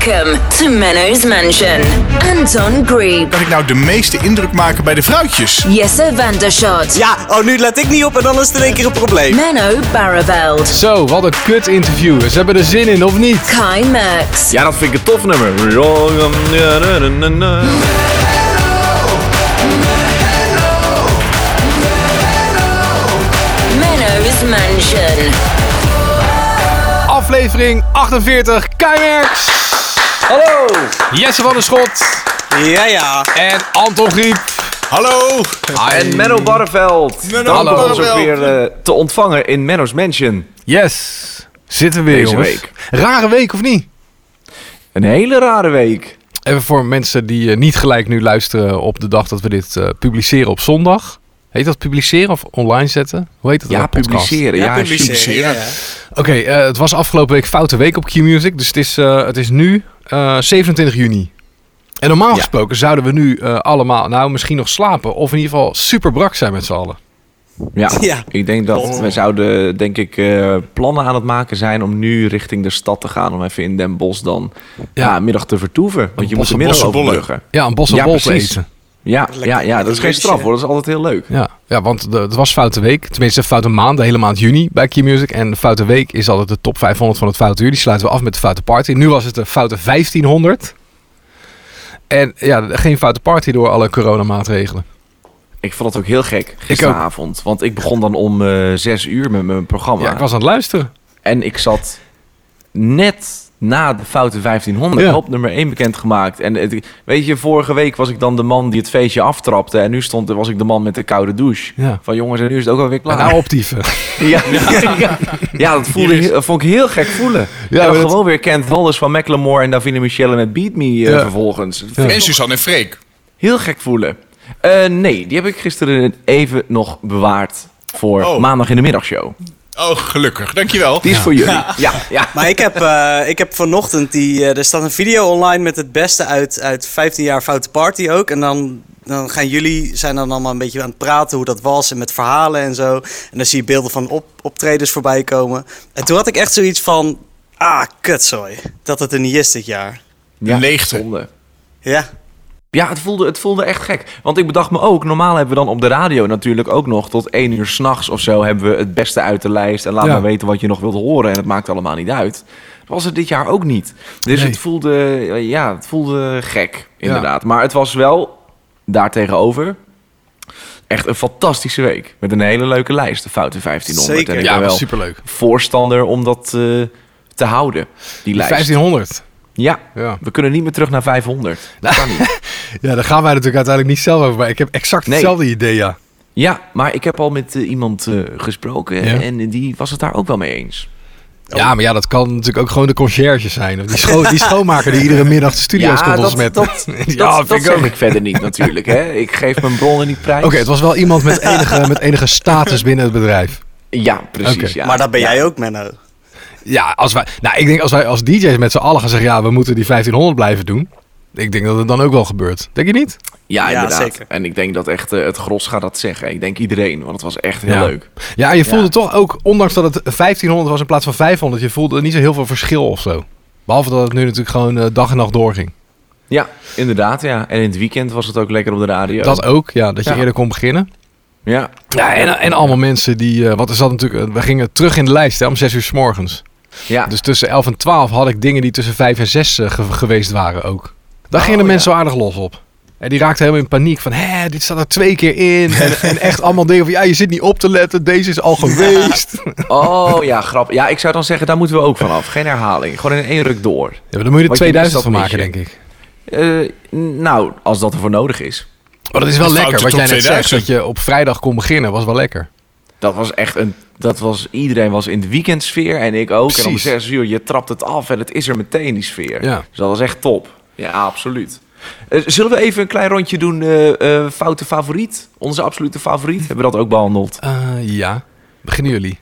Welcome to Menno's Mansion. Anton Grieb. Kan ik nou de meeste indruk maken bij de vrouwtjes? Jesse Vandershot. Ja, nu let ik niet op en dan is het in één keer een probleem. Menno Barreveld. Zo, wat een kut interview. Ze hebben er zin in, of niet? Kai Merks. Ja, dat vind ik een tof nummer. Menno's Mansion. Aflevering 48, Kai Merks. Hallo! Jesse Vandershot. Ja. En Anton Grieb. Hallo! En Menno Barreveld. Menno Hallo. Ons ook Barreveld. weer te ontvangen in Menno's Mansion. Yes. Zitten we weer, Deze jongens. week. Rare week, of niet? Een hele rare week. Even voor mensen die niet gelijk nu luisteren op de dag dat we dit publiceren op zondag. Heet dat publiceren of online zetten? Hoe heet dat? Ja, een podcast? publiceren. Ja, publiceren. Ja. Oké, het was afgelopen week foute week op Q-Music. Dus het is nu 27 juni. En normaal gesproken zouden we nu allemaal misschien nog slapen. Of in ieder geval super brak zijn met z'n allen. Ja, ik denk dat we zouden, plannen aan het maken zijn om nu richting de stad te gaan. Om even in Den Bosch dan middag te vertoeven. Want je moet de middag overbruggen. Ja, een bos en bol te eten. Ja, dat is geen straf hoor. Dat is altijd heel leuk. Ja, want het was foute week. Tenminste, foute maand, de hele maand juni bij Q-Music. En de foute week is altijd de top 500 van het foute uur. Die sluiten we af met de foute party. Nu was het de foute 1500. En ja, geen foute party door alle coronamaatregelen. Ik vond het ook heel gek gisteravond. Want ik begon dan om 6 uur met mijn programma. Ja, ik was aan het luisteren. En ik zat net na de foute 1500 op nummer 1 bekendgemaakt. En weet je, vorige week was ik dan de man die het feestje aftrapte. En nu was ik de man met de koude douche. Ja. Van jongens, en nu is het ook alweer klaar. Nou, optieven. Ja, dat vond ik heel gek voelen. Ja, en dan gewoon weer Kent Walders van Macklemore en Davina Michelle met Beat Me vervolgens. Ja. En Suzanne en Freek. Heel gek voelen. Nee, die heb ik gisteren even nog bewaard voor maandag in de middagshow. Oh, gelukkig. Dankjewel. Die is voor jullie. Ja. Maar ik heb vanochtend er staat een video online met het beste uit 15 jaar Foute Party ook. En dan gaan jullie zijn dan allemaal een beetje aan het praten hoe dat was en met verhalen en zo. En dan zie je beelden van optredens voorbij komen. En toen had ik echt zoiets van, kutzooi, dat het er niet is dit jaar. Ja, leegte. Zonde. Ja. Ja, het voelde echt gek. Want ik bedacht me ook, normaal hebben we dan op de radio natuurlijk ook nog tot 1 uur 's nachts of zo hebben we het beste uit de lijst. En laat maar weten wat je nog wilt horen. En het maakt allemaal niet uit. Dat was het dit jaar ook niet. Dus het voelde gek, inderdaad. Ja. Maar het was wel, daartegenover, echt een fantastische week. Met een hele leuke lijst, de foute 1500. Zeker. En ik ben wel superleuk. Voorstander om dat te houden, die lijst. 1500. Ja, we kunnen niet meer terug naar 500. Dat kan niet. Ja, daar gaan wij natuurlijk uiteindelijk niet zelf over. Maar ik heb exact hetzelfde idee, ja. Ja, maar ik heb al met iemand gesproken en die was het daar ook wel mee eens. Ja, maar dat kan natuurlijk ook gewoon de conciërge zijn. Of die schoonmaker die iedere middag de studio's komt ontsmetten. Dat zeg ik verder niet natuurlijk. Hè. Ik geef mijn bronnen niet prijs. Oké, het was wel iemand met enige status binnen het bedrijf. Ja, precies. Okay. Ja. Maar dat ben jij ook, Menno. Ja, ik denk als wij als DJ's met z'n allen gaan zeggen, we moeten die 1500 blijven doen. Ik denk dat het dan ook wel gebeurt. Denk je niet? Ja, inderdaad. Zeker. En ik denk dat echt het gros gaat dat zeggen. Ik denk iedereen, want het was echt heel leuk. Ja, en je voelde toch ook, ondanks dat het 1500 was in plaats van 500, je voelde niet zo heel veel verschil of zo. Behalve dat het nu natuurlijk gewoon dag en nacht doorging. Ja, inderdaad. Ja. En in het weekend was het ook lekker op de radio. Dat ook, dat je eerder kon beginnen. Ja. En allemaal mensen die, wat is dat natuurlijk, we gingen terug in de lijst om 6 uur 's morgens. Ja. Dus tussen 11 en 12 had ik dingen die tussen 5 en 6 geweest waren ook. Daar gingen de mensen zo aardig los op. En die raakten helemaal in paniek van, dit staat er 2 keer in. En echt allemaal dingen van, je zit niet op te letten, deze is al geweest. Oh ja, grappig. Ja, ik zou dan zeggen, daar moeten we ook vanaf. Geen herhaling. Gewoon in 1 ruk door. Ja, maar dan moet je er 2000 van maken, denk ik. Nou, als dat ervoor nodig is. Maar dat is wel lekker, wat jij net zegt. Dat je op vrijdag kon beginnen, was wel lekker. Dat was echt iedereen was in de weekendsfeer en ik ook. Precies. En om 6 uur, je trapt het af en het is er meteen, die sfeer. Ja. Dus dat was echt top. Ja, absoluut. Zullen we even een klein rondje doen, foute favoriet? Onze absolute favoriet? Hebben we dat ook behandeld? Ja. Beginnen jullie?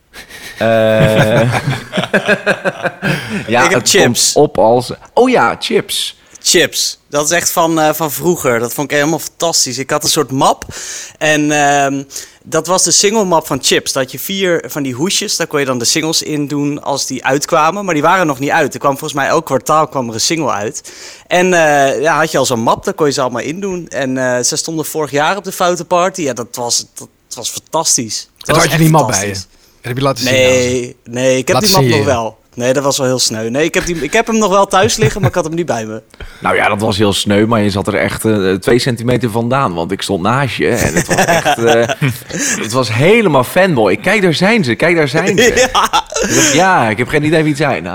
Ik heb chips. Op als... Oh ja, chips. Chips. Dat is echt van vroeger. Dat vond ik helemaal fantastisch. Ik had een soort map. En Dat was de single map van Chips. Dat had je 4 van die hoesjes. Daar kon je dan de singles in doen als die uitkwamen. Maar die waren nog niet uit. Er kwam volgens mij elk kwartaal kwam er een single uit. En had je al zo'n map, daar kon je ze allemaal in doen. En ze stonden vorig jaar op de Foute Party. Ja, dat was fantastisch. Dat had je die map bij je? Dat heb je laten zien? Nee, ik heb die map nog wel. Nee, dat was wel heel sneu. Nee, ik heb hem nog wel thuis liggen, maar ik had hem niet bij me. Nou ja, dat was heel sneu, maar je zat er echt 2 centimeter vandaan. Want ik stond naast je en het was echt... het was helemaal fanboy. Kijk, daar zijn ze. Ja, ik heb geen idee wie het zijn.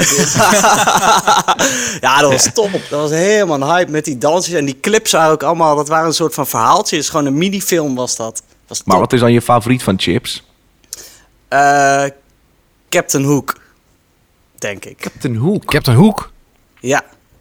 Ja, dat was top. Dat was helemaal een hype met die dansjes. En die clips waren ook allemaal... Dat waren een soort van verhaaltjes. Gewoon een minifilm was dat. Maar wat is dan je favoriet van Chips? Captain Hook. Denk ik. Captain Hook? Ja.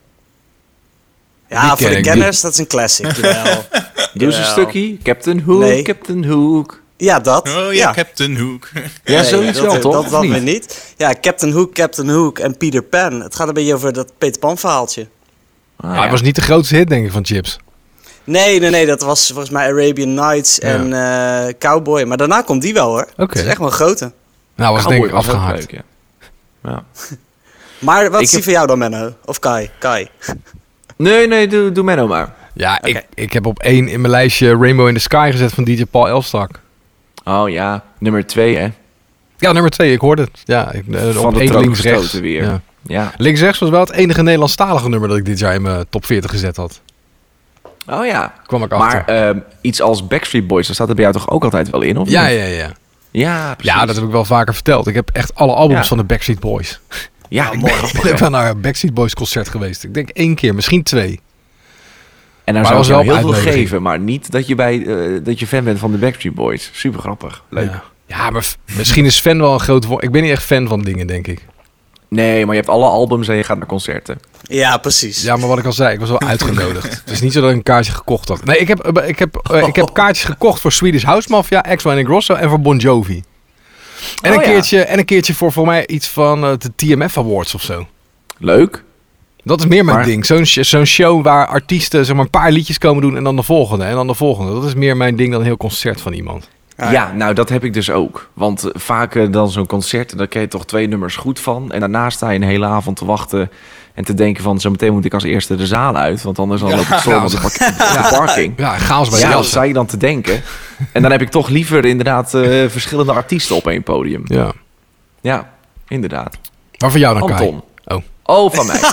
Ja, voor de kenners, dat is een classic. Doe eens een stukje. Captain Hook, nee. Captain Hook. Ja, dat. Oh ja, Captain Hook. Ja, zoiets wel, toch? Dat weer niet. Ja, Captain Hook en Peter Pan. Het gaat een beetje over dat Peter Pan verhaaltje. Hij was niet de grootste hit, denk ik, van Chips. Nee. Dat was volgens mij Arabian Nights en Cowboy. Maar daarna komt die wel, hoor. Dat is echt wel een grote. Nou, was denk ik afgehaakt. Leuk, ja. Maar wat is die voor jou dan, Menno? Of Kai? Nee, doe Menno maar. Ja, okay. Ik heb op 1 in mijn lijstje Rainbow in the Sky gezet van DJ Paul Elstak. Oh ja, nummer 2 hè? Ja, nummer 2, ik hoorde het. Ja, van op 1 links-rechts weer. Ja. Links-rechts was wel het enige Nederlandstalige nummer dat ik dit jaar in mijn top 40 gezet had. Oh ja. Kwam ik achter. Maar iets als Backstreet Boys, daar staat er bij jou toch ook altijd wel in, of Ja. Ja, precies. Ja, dat heb ik wel vaker verteld. Ik heb echt alle albums van de Backstreet Boys. Ja, ik ben wel naar een Backstreet Boys concert geweest. Ik denk 1 keer, misschien 2. En daar zou je wel heel veel geven, maar niet dat je fan bent van de Backstreet Boys. Super grappig. Leuk. Ja, maar misschien is fan wel een groot woord. Ik ben niet echt fan van dingen, denk ik. Nee, maar je hebt alle albums en je gaat naar concerten. Ja, precies. Ja, maar wat ik al zei, ik was wel uitgenodigd. Het is niet zo dat ik een kaartje gekocht had. Nee, ik heb kaartjes gekocht voor Swedish House Mafia, X-Wine and Grosso en voor Bon Jovi. En een keertje voor mij iets van de TMF Awards of zo. Leuk. Dat is meer mijn ding. Zo'n show waar artiesten zeg maar een paar liedjes komen doen en dan de volgende en dan de volgende. Dat is meer mijn ding dan een heel concert van iemand. Ja, nou dat heb ik dus ook. Want vaak dan zo'n concert, daar ken je toch 2 nummers goed van. En daarna sta je een hele avond te wachten en te denken van zo meteen moet ik als eerste de zaal uit. Want anders dan loop ik storm op de parking. Ja, chaos bij dat sta je dan te denken. En dan heb ik toch liever inderdaad verschillende artiesten op 1 podium. Ja, inderdaad. Maar voor jou dan, Anton. Kai? Oh, van mij.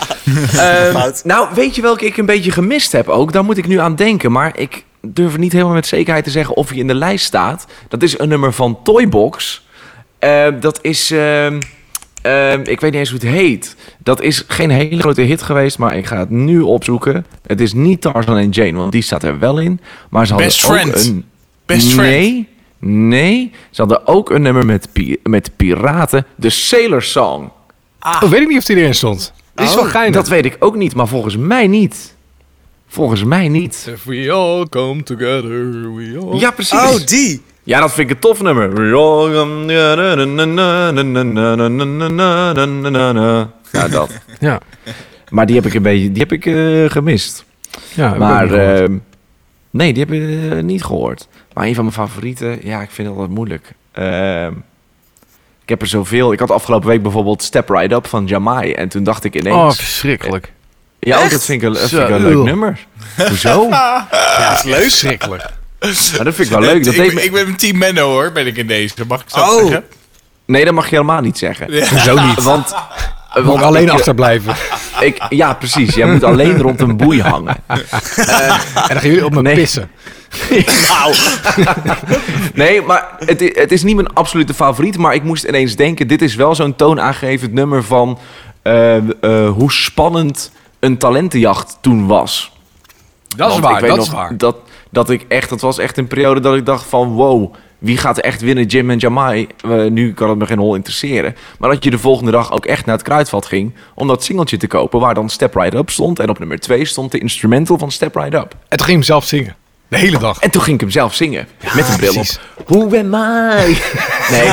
Nou, weet je welke ik een beetje gemist heb ook? Daar moet ik nu aan denken, maar ik durf niet helemaal met zekerheid te zeggen of hij in de lijst staat. Dat is een nummer van Toybox. Dat is... ik weet niet eens hoe het heet. Dat is geen hele grote hit geweest, maar ik ga het nu opzoeken. Het is niet Tarzan en Jane, want die staat er wel in. Maar ze hadden Best ook Friend. een... Best Friend. Nee. Ze hadden ook een nummer met piraten. De Sailor Song. Weet ik niet of die erin stond. Die is wel geinig. Dat weet ik ook niet, maar volgens mij niet. If we all come together, we all... Ja, precies. Oh, die. Ja, dat vind ik een tof nummer. Ja, dat. Ja. Maar die heb ik gemist. Ja, maar nee, die heb ik niet gehoord. Maar een van mijn favorieten, ja, ik vind het altijd moeilijk. Ik heb er zoveel. Ik had afgelopen week bijvoorbeeld Step Right Up van Jamai. En toen dacht ik ineens... Oh, verschrikkelijk. Ja, ook, dat vind ik een leuk nummer. Hoezo? Ja, dat is leuk. Verschrikkelijk. Maar dat vind ik wel leuk. Ik ben een team Menno hoor, ben ik in deze. Mag ik zo zeggen? Nee, dat mag je helemaal niet zeggen. Ja. Hoezo niet? Want moet alleen achterblijven. Ja, precies. Jij moet alleen rond een boei hangen. En dan gaan jullie op me pissen. Nou. Nee, maar het is niet mijn absolute favoriet. Maar ik moest ineens denken, dit is wel zo'n toonaangevend nummer van hoe spannend een talentenjacht toen was. Dat is waar, dat is waar. Dat was echt een periode dat ik dacht van wow, wie gaat er echt winnen, Jim en Jamai? Nu kan het me geen hol interesseren. Maar dat je de volgende dag ook echt naar het Kruidvat ging om dat singeltje te kopen waar dan Step Right Up stond. En op nummer 2 stond de instrumental van Step Right Up. En toen ging hem zelf zingen. De hele dag. En toen ging ik hem zelf zingen. Met een bril op. Who am I? Nee.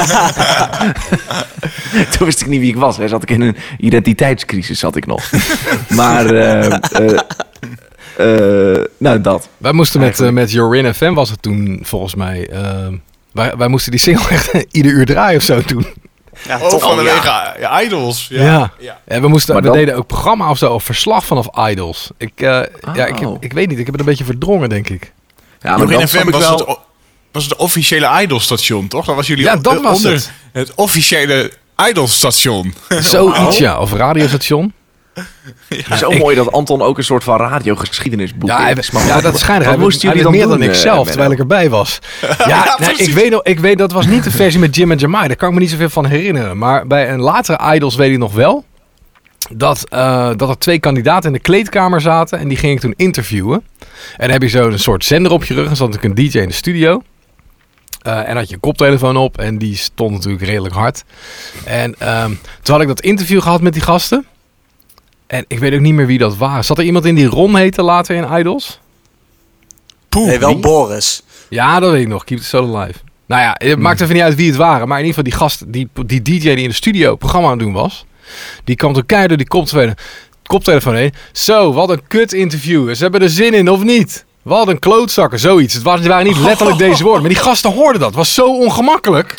Toen wist ik niet wie ik was. Hè. Zat ik in een identiteitscrisis, zat ik nog. Maar Nou, dat. Wij moesten met Jorin FM was het toen, volgens mij. Wij moesten die single echt ieder uur draaien of zo toen. Ja, vanwege Idols. Ja. En we deden ook programma of zo, of verslag vanaf Idols. Ik weet niet, ik heb het een beetje verdrongen, denk ik. Ja, maar Jorin FM was het officiële Idol-station, toch? Dat was jullie dat was het officiële Idol-station. Zoiets, ja. Of radiostation. Zo mooi dat Anton ook een soort van radiogeschiedenisboek is. Ja, dat schijnt. Hij moest jullie dan meer dan ik zelf, terwijl ik erbij was. Ik weet dat was niet de versie met Jim en Jamai. Daar kan ik me niet zoveel van herinneren. Maar bij een latere Idols weet ik nog wel dat er 2 kandidaten in de kleedkamer zaten en die ging ik toen interviewen. En dan heb je zo een soort zender op je rug en stond natuurlijk een DJ in de studio. En had je een koptelefoon op en die stond natuurlijk redelijk hard. En toen had ik dat interview gehad met die gasten. En ik weet ook niet meer wie dat was. Zat er iemand in die Ron heette later in Idols? Nee, wel Boris. Ja, dat weet ik nog. Keep it so alive. Nou ja, het maakt even niet uit wie het waren. Maar in ieder geval die gast, die DJ die in de studio het programma aan het doen was. Die kwam toen keihard door die koptelefoon heen. Zo, wat een kut interview. Ze hebben er zin in of niet? Wat een klootzakken, zoiets. Het waren niet letterlijk deze woorden. Maar die gasten hoorden dat. Het was zo ongemakkelijk.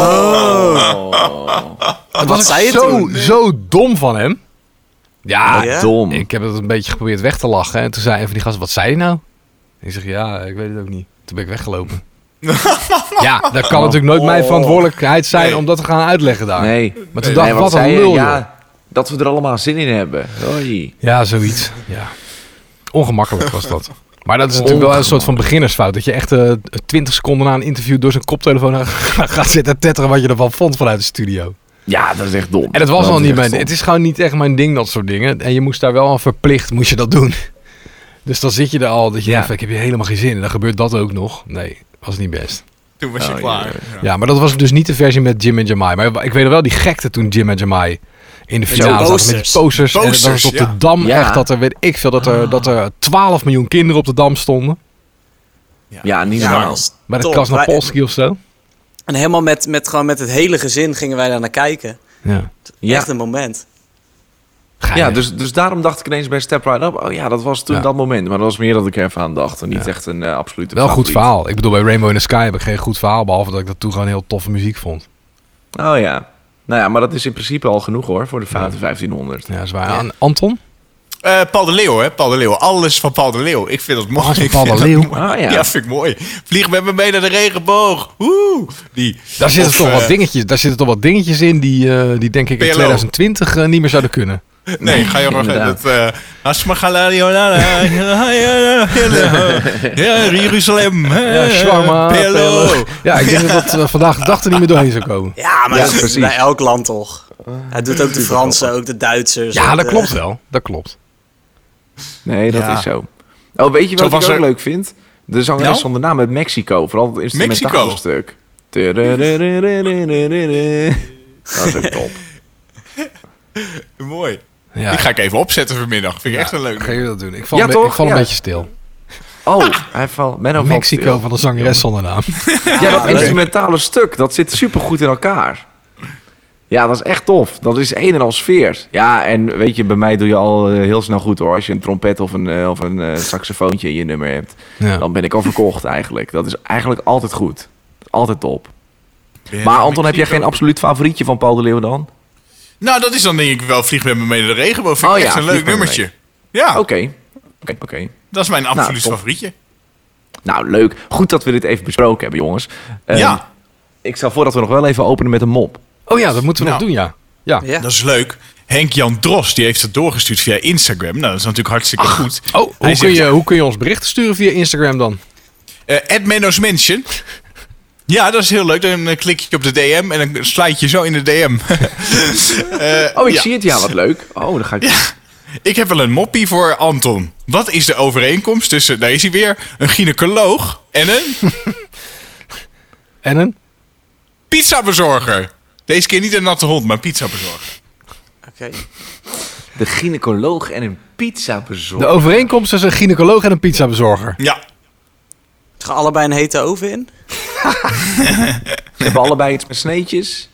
Het was zo dom van hem. Ja, dom. Ik heb het een beetje geprobeerd weg te lachen. En toen zei een van die gasten, wat zei hij nou? Ik zeg, ja, ik weet het ook niet. Toen ben ik weggelopen. Ja, dat kan natuurlijk nooit mijn verantwoordelijkheid zijn om dat te gaan uitleggen daar. Nee. Maar toen dacht ik, wat een lul. Ja, dat we er allemaal zin in hebben. Hoi. Ja, zoiets. Ja. Ongemakkelijk was dat. Maar dat is natuurlijk wel een soort van beginnersfout. Dat je echt 20 seconden na een interview door zijn koptelefoon gaat zitten tetteren wat je ervan vond vanuit de studio. Ja, dat is echt dom. En het was al niet mijn ding. Het is gewoon niet echt mijn ding, dat soort dingen. En je moest daar wel verplicht, moest je dat doen. Dus dan zit je er al, dat je denkt, ik heb hier helemaal geen zin in. Dan gebeurt dat ook nog. Nee, was niet best. Toen was je klaar. Ja, maar dat was dus niet de versie met Jim en Jamai. Maar ik weet wel die gekte toen Jim en Jamai in de finale zaten met die posters. En dat was op de Dam echt, dat er, weet ik veel, dat er 12 miljoen kinderen op de Dam stonden. Ja, niet normaal. Bij de Krasnopolski of zo. En helemaal met het hele gezin gingen wij daar naar kijken. Ja. Echt een moment. Ja, dus daarom dacht ik ineens bij Step Right Up... Oh ja, dat was toen dat moment. Maar dat was meer dat ik er even aan dacht. En niet echt een absolute wel goed verhaal. Ik bedoel, bij Rainbow in the Sky heb ik geen goed verhaal. Behalve dat ik dat toen gewoon heel toffe muziek vond. Oh ja. Nou ja, maar dat is in principe al genoeg hoor. Voor de 1500. Ja, zwaar. Ja. Anton? Paul de Leeuw, hè? Paul de Leeuw. Alles van Paul de Leeuw. Ik vind dat mooi. Paul de Leeuw? Ja, vind ik mooi. Vlieg met me mee naar de regenboog. Daar zitten toch wat dingetjes in die denk ik in 2020 niet meer zouden kunnen. Nee, ga je maar Jeruzalem. Shawarma. Ja, ik denk dat vandaag de dag er niet meer doorheen zou komen. Ja, maar dat is bij elk land toch. Hij doet ook de Fransen, ook de Duitsers. Ja, dat klopt wel. Dat klopt. Nee, dat is zo. Oh, weet je wat ik ook leuk vind? De zangeres zonder naam uit Mexico. Vooral het instrumentale stuk. Dat is ook top. Mooi. Ja. Die ga ik even opzetten vanmiddag. Vind ik echt een leuk. Ga je dat doen? Ik val een beetje stil. Oh, hij valt Mexico stil. Van de zangeres zonder naam. Ja, dat instrumentale stuk, dat zit supergoed in elkaar. Ja, dat is echt tof. Dat is een en al sfeer. Ja, en weet je, bij mij doe je al heel snel goed hoor. Als je een trompet of een saxofoontje in je nummer hebt. Ja. Dan ben ik al verkocht eigenlijk. Dat is eigenlijk altijd goed. Altijd top. Maar Anton, heb jij geen absoluut favorietje van Paul de Leeuw dan? Nou, dat is dan denk ik wel Vlieg met me mee naar de regenboog. Vind ik echt een leuk nummertje. Ja. Oké. Dat is mijn absoluut favorietje. Nou, leuk. Goed dat we dit even besproken hebben, jongens. Ik stel voor dat we nog wel even openen met een mop. Oh ja, dat moeten we nog doen, ja. Dat is leuk. Henk-Jan Drost, die heeft het doorgestuurd via Instagram. Nou, dat is natuurlijk hartstikke goed. Oh, hoe kun je ons berichten sturen via Instagram dan? @mennosmention. Ja, dat is heel leuk. Dan klik je op de DM en dan slijt je zo in de DM. Ik zie het. Ja, wat leuk. Oh, dan ga ik... Ja. Ik heb wel een moppie voor Anton. Wat is de overeenkomst tussen, daar is hij weer, een gynaecoloog en een... En een? Pizzabezorger. Deze keer niet een natte hond, maar een pizzabezorger. Oké. De gynaecoloog en een pizzabezorger. De overeenkomst tussen een gynaecoloog en een pizzabezorger. Ja. Ze gaan allebei een hete oven in? Ze hebben allebei iets met sneetjes.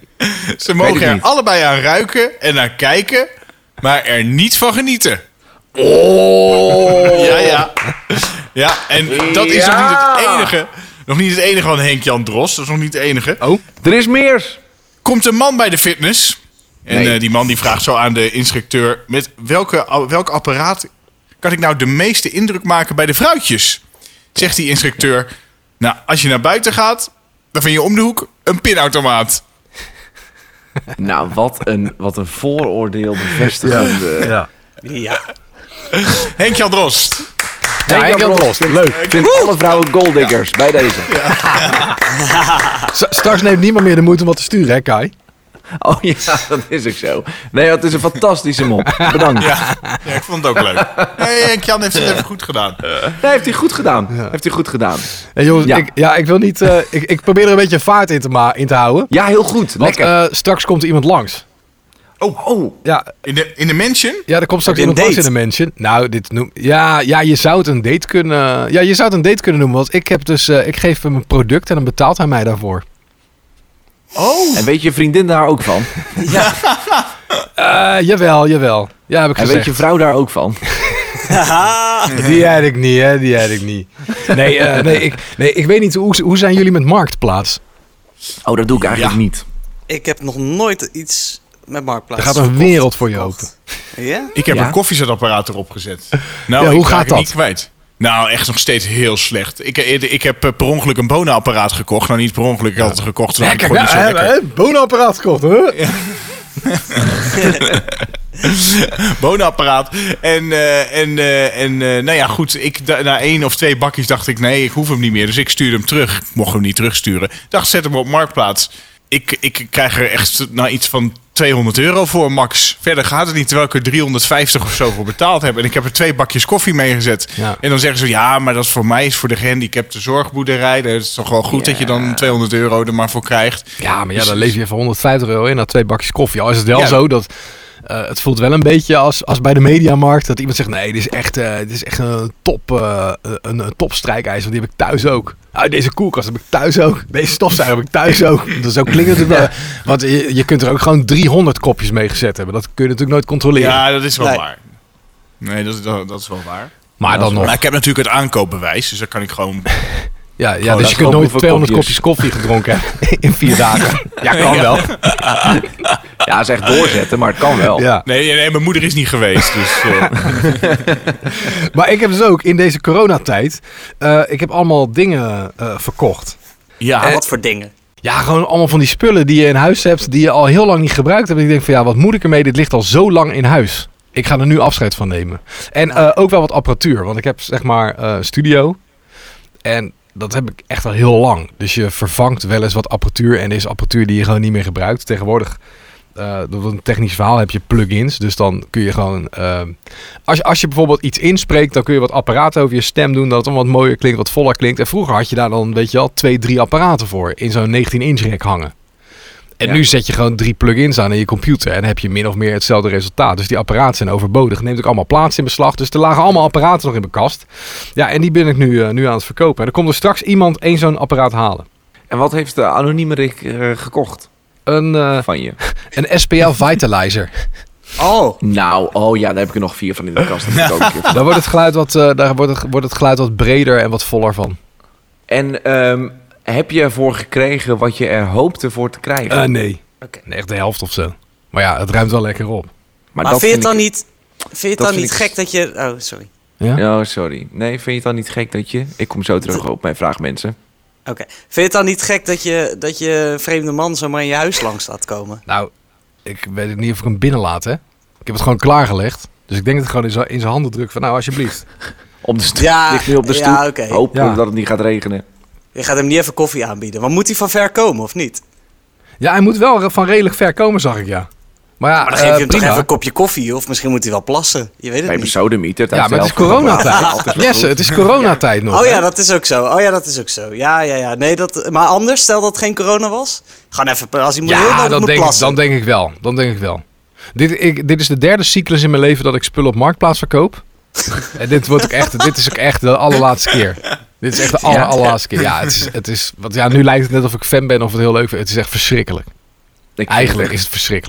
Ze mogen er allebei aan ruiken en naar kijken, maar er niet van genieten. Oh! Ja, en dat is nog niet het enige. Nog niet het enige van Henk-Jan Drost. Dat is nog niet het enige. Oh, er is meer. Komt een man bij de fitness. En die man die vraagt zo aan de instructeur... met welk apparaat kan ik nou de meeste indruk maken bij de vrouwtjes? Zegt die instructeur... Nou, als je naar buiten gaat... dan vind je om de hoek een pinautomaat. Nou, wat een vooroordeel bevestigend. Ja. Henk-Jan Drost. Ja, Henk-Jan Drost. Leuk. Ik vind alle vrouwen golddiggers bij deze. Straks neemt niemand meer de moeite om wat te sturen, hè Kai? Oh ja, dat is ook zo. Nee, het is een fantastische mop. Bedankt. Ja, ik vond het ook leuk. Nee, Henk-Jan heeft het even goed gedaan. Nee, heeft hij goed gedaan. Heeft hij goed gedaan. Hey, jongens, ik wil niet... ik probeer er een beetje vaart in te houden. Ja, heel goed. Want straks komt er iemand langs. Oh. Ja. In de mansion? Ja, er komt straks iemand langs in de mansion. Nou, dit noem... Ja, je zou het een date kunnen... Ja, je zou het een date kunnen noemen. Want ik heb dus... ik geef hem een product en dan betaalt hij mij daarvoor. Oh. En weet je vriendin daar ook van? Ja. Jawel. Ja, heb ik gezegd. En weet je vrouw daar ook van? Die had ik niet, hè. Nee, ik weet niet. Hoe zijn jullie met Marktplaats? Oh, dat doe ik eigenlijk niet. Ik heb nog nooit iets met Marktplaats Er gaat een wereld voor je open. Ja? Ik heb een koffiezetapparaat erop gezet. Nou, hoe gaat dat? Niet kwijt. Nou, echt nog steeds heel slecht. Ik heb per ongeluk een bonenapparaat gekocht. Nou, niet per ongeluk. Ik had het gekocht. bonenapparaat gekocht, hè? Ja. Bonenapparaat. Nou ja, goed. Na 1 of 2 bakjes dacht ik... nee, ik hoef hem niet meer. Dus ik stuurde hem terug. Ik mocht hem niet terugsturen. Ik dacht, zet hem op Marktplaats. Ik krijg er echt iets van €200 voor, max. Verder gaat het niet, terwijl ik er 350 of zo voor betaald heb. En ik heb er 2 bakjes koffie mee gezet. Ja. En dan zeggen ze, ja, maar dat is voor mij, is voor de gehandicapte zorgboerderij. Dat is toch wel goed dat je dan €200 er maar voor krijgt. Ja, maar dan leef je even €150 in na 2 bakjes koffie. Al is het wel zo dat... het voelt wel een beetje als bij de Mediamarkt dat iemand zegt... nee, dit is echt een top strijkijzer, want die heb ik thuis ook. Deze koelkast heb ik thuis ook. Deze stofzuiger heb ik thuis ook. Zo klinkt het natuurlijk wel. Want je kunt er ook gewoon 300 kopjes mee gezet hebben. Dat kun je natuurlijk nooit controleren. Ja, dat is wel waar. Nee, dat is wel waar. Maar dan nog. Maar ik heb natuurlijk het aankoopbewijs, dus dan kan ik gewoon... Ja, dus je kunt nooit 200 kopjes koffie gedronken hebben in 4 dagen. Ja, kan wel. Ja, zeg doorzetten, maar het kan wel. Ja. Nee, mijn moeder is niet geweest. Dus, Maar ik heb dus ook in deze coronatijd... ik heb allemaal dingen verkocht. Ja, wat voor dingen? Ja, gewoon allemaal van die spullen die je in huis hebt... die je al heel lang niet gebruikt hebt. En ik denk van wat moet ik ermee? Dit ligt al zo lang in huis. Ik ga er nu afscheid van nemen. En ook wel wat apparatuur. Want ik heb zeg maar een studio. En... dat heb ik echt al heel lang. Dus je vervangt wel eens wat apparatuur. En deze apparatuur die je gewoon niet meer gebruikt. Tegenwoordig, door een technisch verhaal heb je plugins. Dus dan kun je gewoon... Als je bijvoorbeeld iets inspreekt... dan kun je wat apparaten over je stem doen. Dat het dan wat mooier klinkt, wat voller klinkt. En vroeger had je daar dan, weet je wel, 2-3 apparaten voor. In zo'n 19-inch rek hangen. En nu zet je gewoon 3 plugins aan in je computer. En dan heb je min of meer hetzelfde resultaat. Dus die apparaten zijn overbodig. Neemt ook allemaal plaats in beslag. Dus er lagen allemaal apparaten nog in mijn kast. Ja, en die ben ik nu aan het verkopen. En er komt er straks iemand zo'n apparaat halen. En wat heeft de anonieme Rick gekocht? Van je? Een SPL Vitalizer. Nou, daar heb ik er nog 4 van in de kast. Daar wordt het geluid wat breder en wat voller van. En... heb je ervoor gekregen wat je er hoopte voor te krijgen? Nee. Okay. Nee, echt de helft of zo. Maar ja, het ruimt wel lekker op. Maar vind je het dan niet gek dat je... Oh, sorry. Ja? Oh, sorry. Nee, vind je het dan niet gek dat je... Ik kom zo terug op mijn vraag, mensen. Oké. Vind je het dan niet gek dat je vreemde man zomaar in je huis langs laat komen? Nou, ik weet niet of ik hem binnenlaat, hè. Ik heb het gewoon klaargelegd. Dus ik denk dat ik gewoon in zijn handen druk van... nou, alsjeblieft. Op de stoep. Ligt nu op de stoep. Ja, okay. Hopelijk dat het niet gaat regenen. Je gaat hem niet even koffie aanbieden. Maar moet hij van ver komen, of niet? Ja, hij moet wel van redelijk ver komen, zag ik, ja. Maar dan geef je hem toch even een kopje koffie. Of misschien moet hij wel plassen. Je weet het niet. Ja, maar het is coronatijd. Yes, het is coronatijd nog. Oh ja, dat is ook zo. Ja. Nee, maar anders, stel dat het geen corona was. Gewoon even, als hij moet plassen. Dan denk ik wel. Dit is de 3e cyclus in mijn leven dat ik spullen op Marktplaats verkoop. En dit is ook echt de allerlaatste keer. Dit is echt de allerlaatste keer. Ja, het is nu lijkt het net of ik fan ben of het heel leuk vind. Het is echt verschrikkelijk. Eigenlijk is het verschrikkelijk.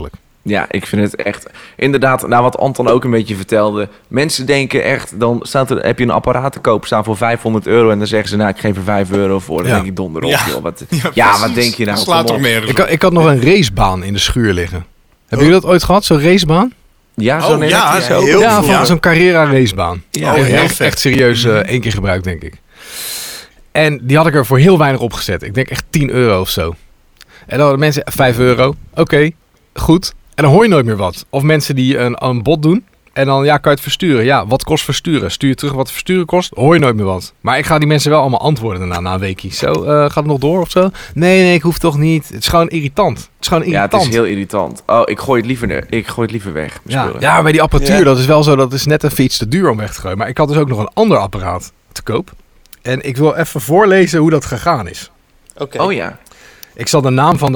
Ja, ik vind het echt... Inderdaad, nou wat Anton ook een beetje vertelde. Mensen denken echt, dan heb je een apparaat te koop staan voor €500... en dan zeggen ze, nou, ik geef er €5 voor. Dan denk ik donder op, joh. Wat denk je nou? Slaat toch meer. Ik had nog een racebaan in de schuur liggen. Hebben jullie dat ooit gehad, zo'n racebaan? Ja, zo'n zo'n Carrera racebaan. Ja, echt serieus 1 keer gebruikt, denk ik. En die had ik er voor heel weinig opgezet. Ik denk echt €10 of zo. En dan hadden mensen €5. Oké, goed. En dan hoor je nooit meer wat. Of mensen die een bod doen. En dan kan je het versturen. Ja, wat kost versturen? Stuur je terug wat versturen kost? Hoor je nooit meer wat. Maar ik ga die mensen wel allemaal antwoorden na een weekje. Zo, gaat het nog door of zo? Nee, ik hoef toch niet. Het is gewoon irritant. Ja, het is heel irritant. Oh, ik gooi het liever weg. Ja, bij die apparatuur, dat is wel zo. Dat is net even iets te duur om weg te gooien. Maar ik had dus ook nog een ander apparaat te koop. En ik wil even voorlezen hoe dat gegaan is. Oké. Oh ja. Ik zal de naam van de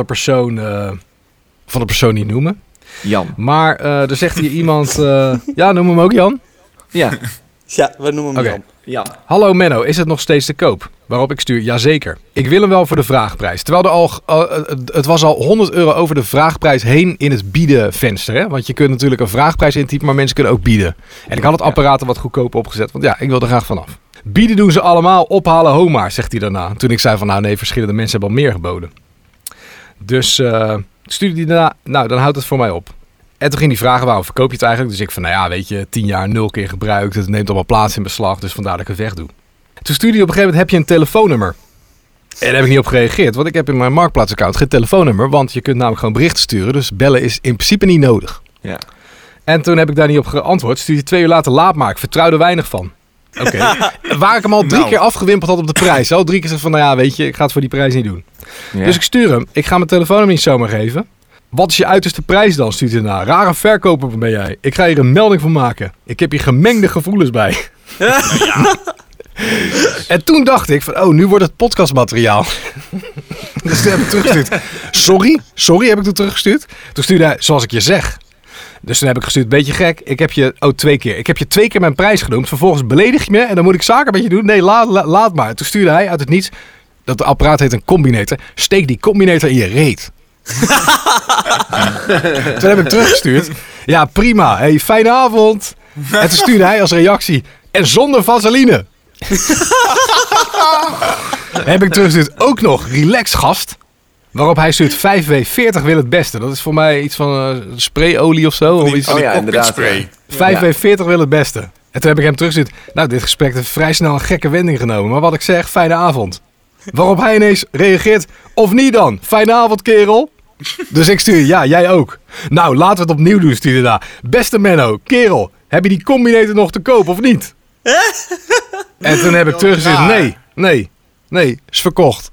persoon niet noemen. Jan. Maar er zegt hier iemand... ja, noem hem ook Jan. Ja. Ja, we noemen hem Jan. Ja. Hallo Menno, is het nog steeds te koop? Waarop ik stuur, jazeker. Ik wil hem wel voor de vraagprijs. Terwijl het was al €100 over de vraagprijs heen in het biedenvenster. Hè? Want je kunt natuurlijk een vraagprijs intypen, maar mensen kunnen ook bieden. En ik had het apparaat er wat goedkoper opgezet, want ik wil er graag vanaf. Bieden doen ze allemaal, ophalen Homa, zegt hij daarna. Toen ik zei van, nou nee, verschillende mensen hebben al meer geboden. Dus stuurde hij daarna, nou dan houdt het voor mij op. En toen ging hij vragen, waarom verkoop je het eigenlijk? Dus ik van, nou ja, weet je, 10 jaar 0 keer gebruikt. Het neemt allemaal plaats in beslag, dus vandaar dat ik het wegdoe. Toen stuurde hij op een gegeven moment, heb je een telefoonnummer? En daar heb ik niet op gereageerd, want ik heb in mijn Marktplaats-account geen telefoonnummer. Want je kunt namelijk gewoon berichten sturen, dus bellen is in principe niet nodig. Ja. En toen heb ik daar niet op geantwoord. Stuurde hij 2 uur later, laat maar, ik vertrouw er weinig van. Oké. Waar ik hem al 3 keer afgewimpeld had op de prijs. Al 3 keer zei van, nou ja, weet je, ik ga het voor die prijs niet doen. Ja. Dus ik stuur hem, ik ga mijn telefoonnummer niet zomaar geven. Wat is je uiterste prijs dan? Stuurt hij na. Rare verkoper ben jij. Ik ga hier een melding van maken. Ik heb hier gemengde gevoelens bij. Ja. En toen dacht ik van, nu wordt het podcastmateriaal. Dus toen heb ik teruggestuurd. Sorry heb ik toen teruggestuurd. Toen stuurde hij, zoals ik je zeg. Dus toen heb ik gestuurd, beetje gek. Ik heb je 2 keer. Ik heb je 2 keer mijn prijs genoemd. Vervolgens beledig je me en dan moet ik zaken met je doen. Nee, laat maar. Toen stuurde hij uit het niets. Dat apparaat heet een combinator. Steek die combinator in je reet. Toen heb ik teruggestuurd. Ja, prima. Hey, fijne avond. En toen stuurde hij als reactie. En zonder vaseline. Heb ik teruggestuurd. Ook nog. Relax, gast. Waarop hij stuurt 5W40 wil het beste. Dat is voor mij iets van sprayolie of zo. Of iets. Inderdaad. Spray. 5W40 wil het beste. En toen heb ik hem teruggestuurd. Nou, dit gesprek heeft vrij snel een gekke wending genomen. Maar wat ik zeg, fijne avond. Waarop hij ineens reageert. Of niet dan? Fijne avond, kerel. Dus ik stuur, ja, jij ook. Nou, laten we het opnieuw doen, stuurde daar. Beste Menno, kerel, heb je die combinator nog te koop of niet? En toen heb ik teruggestuurd, nee, is verkocht.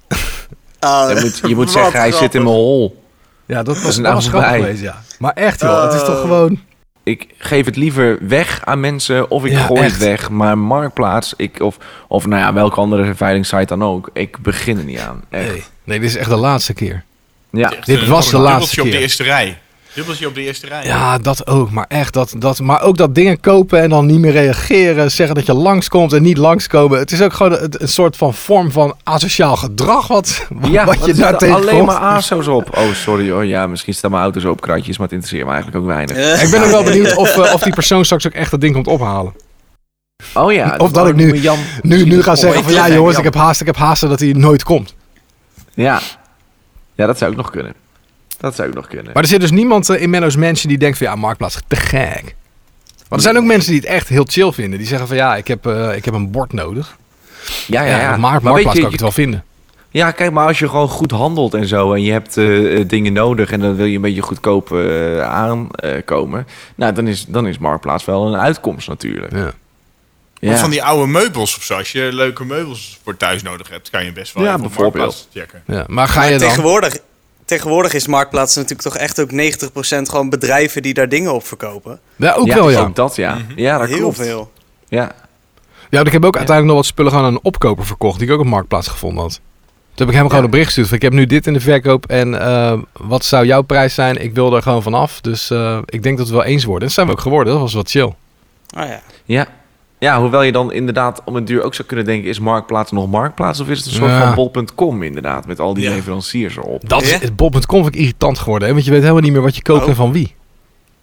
Je moet zeggen, hij zit in mijn hol. Ja, dat was grappig geweest, ja. Maar echt, joh, het is toch gewoon... Ik geef het liever weg aan mensen of ik gooi het weg. Maar Marktplaats, of nou ja, welke andere veilingsite dan ook. Ik begin er niet aan. Echt. Nee, dit is echt de laatste keer. Ja. Dit was de laatste keer. Op de eerste rij. Dubbeltje op de eerste rij. Ja, dat ook. Maar echt, maar ook dat dingen kopen en dan niet meer reageren. Zeggen dat je langskomt en niet langskomen. Het is ook gewoon een soort van vorm van asociaal gedrag wat je daar tegenkomt. Alleen maar ASO's op. Oh, sorry hoor. Ja, misschien staan mijn auto's op kratjes, maar het interesseert me eigenlijk ook weinig. Ik ben ook wel benieuwd of die persoon straks ook echt dat ding komt ophalen. Oh ja. Of dat ik nu ga zeggen van ja jongens, ik heb haast dat hij nooit komt. Ja, dat zou ook nog kunnen. Maar er zit dus niemand in Menno's Mansion die denkt van ja, Marktplaats, te gek. Maar er zijn ook mensen die het echt heel chill vinden. Die zeggen van ja, ik heb een bord nodig. Ja. Marktplaats kan ik het wel vinden. Ja, kijk, maar als je gewoon goed handelt en zo... en je hebt dingen nodig en dan wil je een beetje goedkoop aankomen... nou, dan is Marktplaats wel een uitkomst natuurlijk. Ja. Of van die oude meubels of zo. Als je leuke meubels voor thuis nodig hebt... kan je best wel even op Marktplaats checken. Ja, maar ga je dan... Tegenwoordig is Marktplaats natuurlijk toch echt ook 90% gewoon bedrijven die daar dingen op verkopen. Ja, ook wel, ja. Ook dat, ja. Ja, dat heel klopt. Veel. Ja. Ja, ik heb ook uiteindelijk nog wat spullen gewoon aan een opkoper verkocht... die ik ook op Marktplaats gevonden had. Toen heb ik hem gewoon een bericht gestuurd van... ik heb nu dit in de verkoop en wat zou jouw prijs zijn? Ik wil er gewoon vanaf. Dus ik denk dat we wel eens worden. En dat zijn we ook geworden. Dat was wat chill. Oh ja. Ja. Ja, hoewel je dan inderdaad om een duur ook zou kunnen denken... is Marktplaats nog Marktplaats of is het een soort van bol.com inderdaad... met al die leveranciers erop? Bol.com vind ik irritant geworden, hè? Want je weet helemaal niet meer wat je koopt en van wie.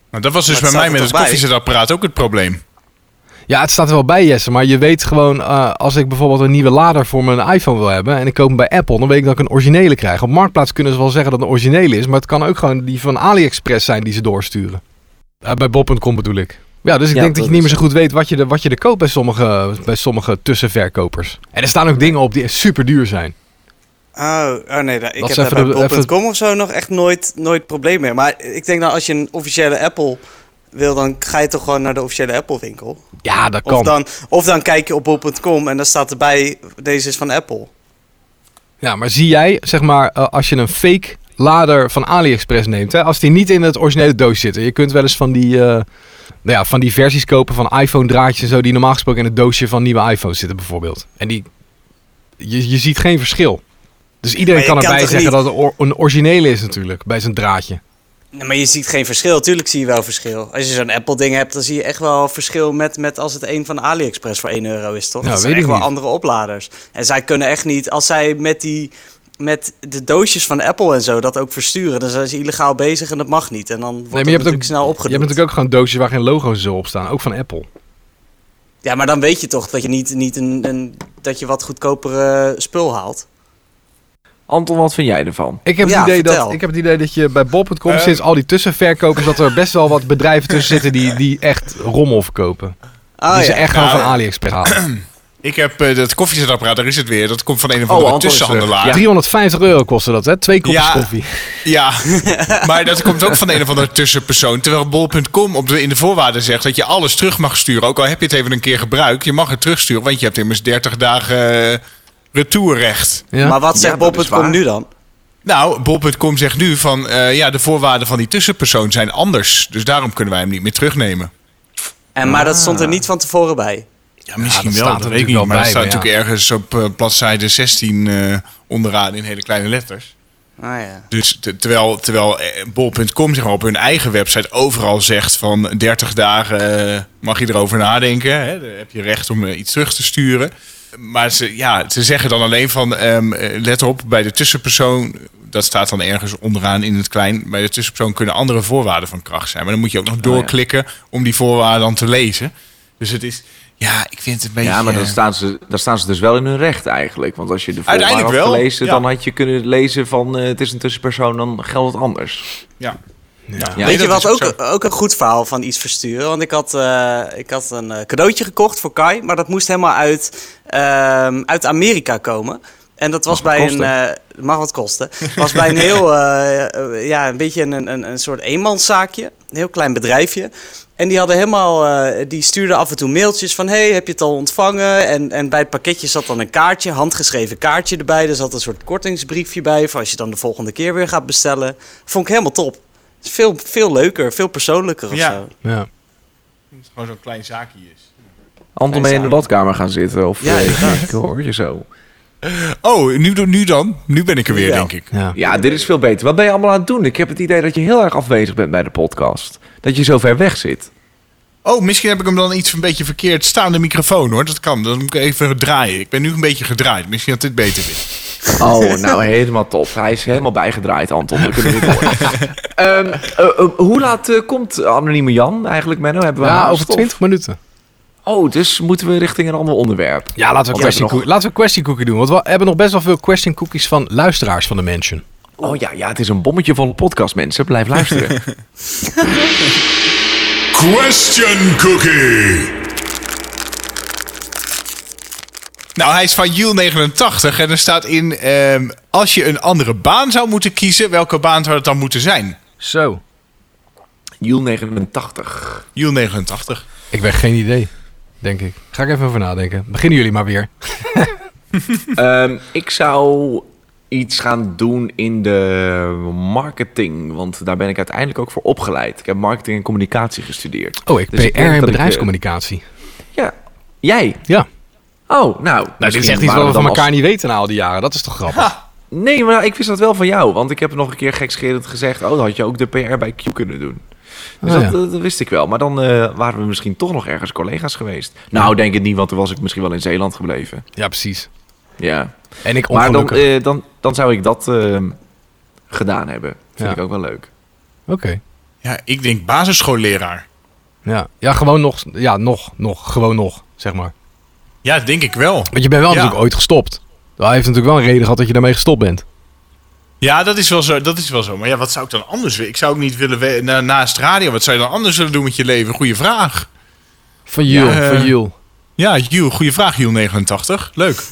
Nou, dat was dus bij mij met het koffiezetapparaat ook het probleem. Ja, het staat er wel bij, Jesse. Maar je weet gewoon, als ik bijvoorbeeld een nieuwe lader voor mijn iPhone wil hebben en ik koop hem bij Apple, dan weet ik dat ik een originele krijg. Op Marktplaats kunnen ze wel zeggen dat het een originele is, maar het kan ook gewoon die van AliExpress zijn die ze doorsturen. Bij Bob.com bedoel ik. Ja, dus ik denk dat je niet meer zo goed weet wat je er koopt bij sommige tussenverkopers. En er staan ook dingen op die super duur zijn. Oh nee, ik heb daar bij Bob.com of zo nog echt nooit probleem mee. Maar ik denk nou, als je een officiële Apple wil, dan ga je toch gewoon naar de officiële Apple winkel. Ja, dat kan. Of dan kijk je op Bob.com en dan staat erbij, deze is van Apple. Ja, maar zie jij, zeg maar, als je een fake lader van AliExpress neemt, hè, als die niet in het originele doos zitten. Je kunt wel eens van die versies kopen van iPhone draadjes en zo, die normaal gesproken in het doosje van nieuwe iPhones zitten bijvoorbeeld. En je ziet geen verschil. Dus iedereen kan erbij zeggen dat het een originele is natuurlijk, bij zijn draadje. Nee, maar je ziet geen verschil. Tuurlijk zie je wel verschil. Als je zo'n Apple-ding hebt, dan zie je echt wel verschil met als het een van AliExpress voor €1 is, toch? Dat zijn echt wel andere opladers. En zij kunnen echt niet, als zij met de doosjes van Apple en zo dat ook versturen, dan zijn ze illegaal bezig en dat mag niet. En dan wordt het natuurlijk snel opgedoekt. Je hebt natuurlijk ook gewoon doosjes waar geen logo's op staan, ook van Apple. Ja, maar dan weet je toch dat je niet dat je wat goedkopere spul haalt. Anton, wat vind jij ervan? Ik heb het idee dat je bij Bob.com sinds al die tussenverkopers, dat er best wel wat bedrijven tussen zitten die echt rommel verkopen. Die ze echt gewoon van AliExpress halen. Ik heb dat koffiezetapparaat, daar is het weer. Dat komt van een of andere tussenhandelaar. Ja. €350 kostte dat, hè? 2 kopjes koffie. Ja, maar dat komt ook van een of andere tussenpersoon. Terwijl Bol.com in de voorwaarden zegt dat je alles terug mag sturen. Ook al heb je het even een keer gebruikt, je mag het terugsturen. Want je hebt immers 30 dagen retourrecht. Ja. Maar wat zegt Bol.com nu dan? Nou, Bol.com zegt nu van de voorwaarden van die tussenpersoon zijn anders. Dus daarom kunnen wij hem niet meer terugnemen. Maar dat stond er niet van tevoren bij? Ja, misschien wel, dat weet ik niet. Maar dat staat natuurlijk ergens op bladzijde 16 onderaan in hele kleine letters. Dus terwijl Bol.com zeg maar, op hun eigen website overal zegt van 30 dagen mag je erover nadenken. Hè? Dan heb je recht om iets terug te sturen. Maar ze zeggen dan alleen van let op, bij de tussenpersoon, dat staat dan ergens onderaan in het klein, bij de tussenpersoon kunnen andere voorwaarden van kracht zijn. Maar dan moet je ook nog doorklikken om die voorwaarden dan te lezen. Dus het is... Ja, ik vind het een beetje... Ja, maar dan staan ze dus wel in hun recht eigenlijk. Want als je de voorwaarden had gelezen, dan had je kunnen lezen van het is een tussenpersoon, dan geldt het anders. Ja. Weet je wat ook een goed verhaal van iets versturen? Want ik had een cadeautje gekocht voor Kai, maar dat moest helemaal uit Amerika komen. En dat was bij mag wat kosten. Was bij een heel, een beetje een soort eenmanszaakje. Een heel klein bedrijfje. En die hadden die stuurden af en toe mailtjes van, hey, heb je het al ontvangen? En bij het pakketje zat dan een kaartje, handgeschreven kaartje erbij. Er zat een soort kortingsbriefje bij, voor als je dan de volgende keer weer gaat bestellen. Vond ik helemaal top. Het is veel leuker, veel persoonlijker of zo. Ja. Het gewoon zo'n klein zaakje is. Anton, ben je in de badkamer gaan zitten? Of, ik hoor je zo. Oh, nu dan? Nu ben ik er weer, denk ik. Ja, dit is veel beter. Wat ben je allemaal aan het doen? Ik heb het idee dat je heel erg afwezig bent bij de podcast. Dat je zo ver weg zit. Oh, misschien heb ik hem dan iets een beetje verkeerd staan, de microfoon, hoor. Dat kan, dan moet ik even draaien. Ik ben nu een beetje gedraaid. Misschien dat dit beter is. Oh, nou helemaal top. Hij is helemaal bijgedraaid, Anton. We kunnen dit horen. Hoe laat komt Anonieme Jan eigenlijk, Menno? Hebben we over 20 minuten. Oh, dus moeten we richting een ander onderwerp. Ja, laten we question cookie doen. Want we hebben nog best wel veel question cookies van luisteraars van de Mansion. Oh ja, het is een bommetje van een podcast, mensen. Blijf luisteren. Question cookie. Nou, hij is van Jules89 en er staat in... als je een andere baan zou moeten kiezen, welke baan zou het dan moeten zijn? Zo. Jules89. Jules89. Ik ben geen idee, denk ik. Ga ik even over nadenken. Beginnen jullie maar weer. Ik zou iets gaan doen in de marketing. Want daar ben ik uiteindelijk ook voor opgeleid. Ik heb marketing en communicatie gestudeerd. Oh, ik PR en bedrijfscommunicatie. Ja. Jij? Ja. Oh, nou dit is echt iets wat we van elkaar niet weten na al die jaren. Dat is toch grappig? Ha. Nee, maar ik wist dat wel van jou. Want ik heb nog een keer gekscherend gezegd... dan had je ook de PR bij Q kunnen doen. Dus dat wist ik wel. Maar dan waren we misschien toch nog ergens collega's geweest. Nou, denk het niet, want toen was ik misschien wel in Zeeland gebleven. Ja, precies. Ja. En ik ongelukkig. Maar dan zou ik dat gedaan hebben. Vind ik ook wel leuk. Oké. Ja, ik denk basisschoolleraar. Ja, gewoon nog. Ja, gewoon nog, zeg maar. Ja, denk ik wel. Want je bent wel natuurlijk ooit gestopt. Dat heeft natuurlijk wel een reden gehad dat je daarmee gestopt bent. Ja, dat is wel zo. Maar ja, wat zou ik dan anders willen? Ik zou ook niet willen naast radio. Wat zou je dan anders willen doen met je leven? Goeie vraag. Van Jules. Ja, Jules. Goeie vraag, Jules 89. Leuk.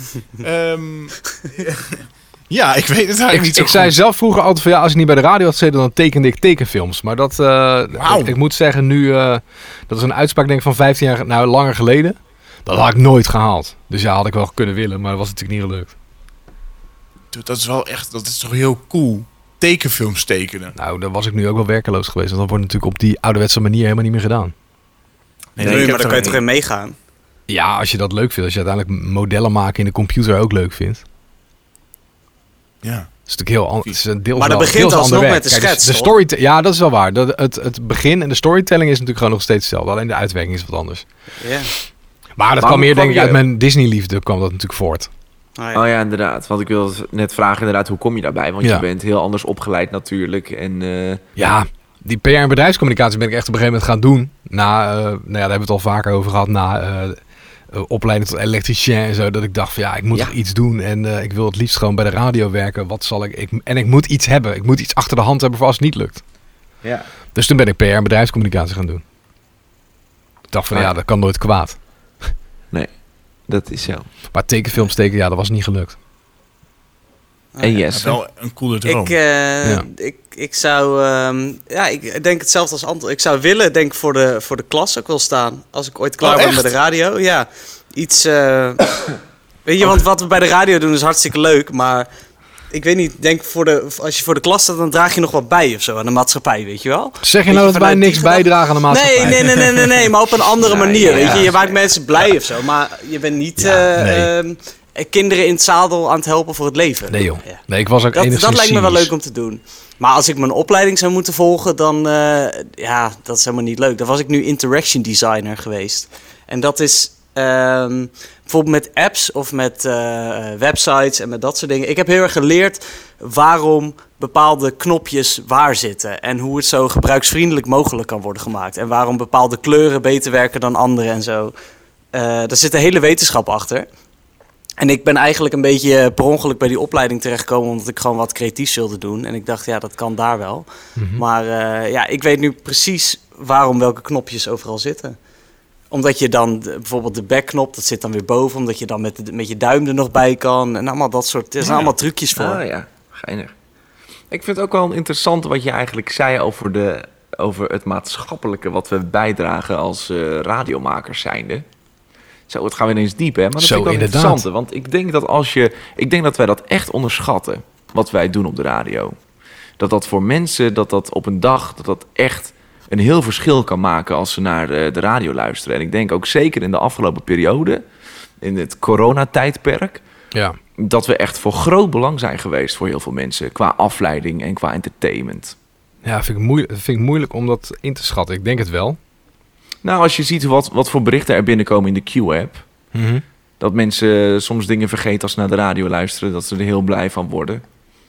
Ja, ik weet het eigenlijk niet zo Ik zei zelf vroeger altijd van als ik niet bij de radio had gezeten, dan tekende ik tekenfilms. Maar dat, ik moet zeggen nu, dat is een uitspraak denk ik van 15 jaar, langer geleden. Dat had ik nooit gehaald. Dus ja, had ik wel kunnen willen, maar dat was natuurlijk niet gelukt. Dat is wel echt, dat is toch heel cool. Tekenfilms tekenen. Nou, dan was ik nu ook wel werkeloos geweest. Want dat wordt natuurlijk op die ouderwetse manier helemaal niet meer gedaan. Nee, maar dan kan je toch in meegaan? Ja, als je dat leuk vindt. Als je uiteindelijk modellen maken in de computer ook leuk vindt. Ja. Dat is natuurlijk heel anders. Maar dat begint alsnog met de schets, ja, dat is wel waar. Het begin en de storytelling is natuurlijk gewoon nog steeds hetzelfde. Alleen de uitwerking is wat anders. Ja. Maar dat kwam meer denk ik uit mijn Disney-liefde kwam dat natuurlijk voort. Oh ja, inderdaad. Want ik wilde net vragen inderdaad, hoe kom je daarbij? Want je bent heel anders opgeleid natuurlijk. En, Ja, die PR en bedrijfscommunicatie ben ik echt op een gegeven moment gaan doen. Daar hebben we het al vaker over gehad. Opleiding tot elektricien en zo. Dat ik dacht van ik moet iets doen. En ik wil het liefst gewoon bij de radio werken. Wat zal ik... En ik moet iets hebben. Ik moet iets achter de hand hebben voor als het niet lukt. Ja. Dus toen ben ik PR en bedrijfscommunicatie gaan doen. Ik dacht van dat kan nooit kwaad. Nee, dat is zo. Maar tekenfilms dat was niet gelukt. En yes. Wel een coole droom. Ik zou... ik denk hetzelfde als Anton. Ik zou willen, denk voor de klas ook wel staan. Als ik ooit klaar ben met de radio. Ja, iets... weet je, want wat we bij de radio doen is hartstikke leuk. Maar ik weet niet, denk als je voor de klas staat, dan draag je nog wat bij of zo aan de maatschappij, weet je wel? Zeg je nou dat wij niks bijdragen aan de maatschappij? Nee, maar op een andere manier, weet je. Je maakt mensen blij of zo, maar je bent niet... kinderen in het zadel aan het helpen voor het leven. Nee joh. Ja. Nee, ik was ook enigszins dat lijkt me wel leuk om te doen. Maar als ik mijn opleiding zou moeten volgen, dan... dat is helemaal niet leuk. Dan was ik nu interaction designer geweest. En dat is... bijvoorbeeld met apps of met websites en met dat soort dingen. Ik heb heel erg geleerd waarom bepaalde knopjes waar zitten. En hoe het zo gebruiksvriendelijk mogelijk kan worden gemaakt. En waarom bepaalde kleuren beter werken dan andere en zo. Daar zit een hele wetenschap achter. En ik ben eigenlijk een beetje per ongeluk bij die opleiding terechtgekomen, omdat ik gewoon wat creatiefs wilde doen. En ik dacht, dat kan daar wel. Mm-hmm. Maar ik weet nu precies waarom welke knopjes overal zitten. Omdat je dan bijvoorbeeld de backknop, dat zit dan weer boven, omdat je dan met je duim er nog bij kan. En allemaal dat soort, er zijn allemaal trucjes voor. Ah ja, geinig. Ik vind het ook wel interessant wat je eigenlijk zei over het maatschappelijke wat we bijdragen als radiomakers zijnde. Zo, het gaan we ineens diep, hè? Maar dat vind ik wel interessant. Want ik denk dat wij dat echt onderschatten, wat wij doen op de radio. Dat voor mensen, dat op een dag, dat echt een heel verschil kan maken als ze naar de radio luisteren. En ik denk ook zeker in de afgelopen periode, in het coronatijdperk, dat we echt voor groot belang zijn geweest voor heel veel mensen. Qua afleiding en qua entertainment. Ja, vind ik moeilijk om dat in te schatten. Ik denk het wel. Nou, als je ziet wat voor berichten er binnenkomen in de Q-app. Mm-hmm. Dat mensen soms dingen vergeten als ze naar de radio luisteren. Dat ze er heel blij van worden.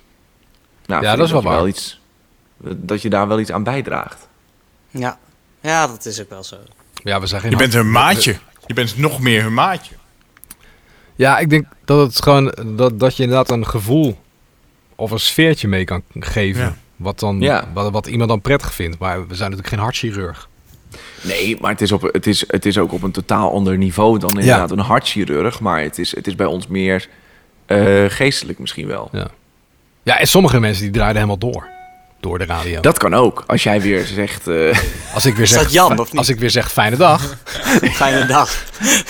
Nou, dat is wel waar. Dat je daar wel iets aan bijdraagt. Ja, dat is ook wel zo. Ja, we zijn je bent hun maatje. Je bent nog meer hun maatje. Ja, ik denk dat het gewoon dat je inderdaad een gevoel of een sfeertje mee kan geven. Ja. Wat iemand dan prettig vindt. Maar we zijn natuurlijk geen hartchirurg. Nee, maar het is ook op een totaal ander niveau dan inderdaad een hartchirurg. Maar het is bij ons meer geestelijk misschien wel. Ja, en sommige mensen die draaien helemaal door de radio. Dat kan ook. Als jij weer zegt... Als ik weer zeg, dat Jan, of niet? Als ik weer zeg fijne dag. Fijne dag.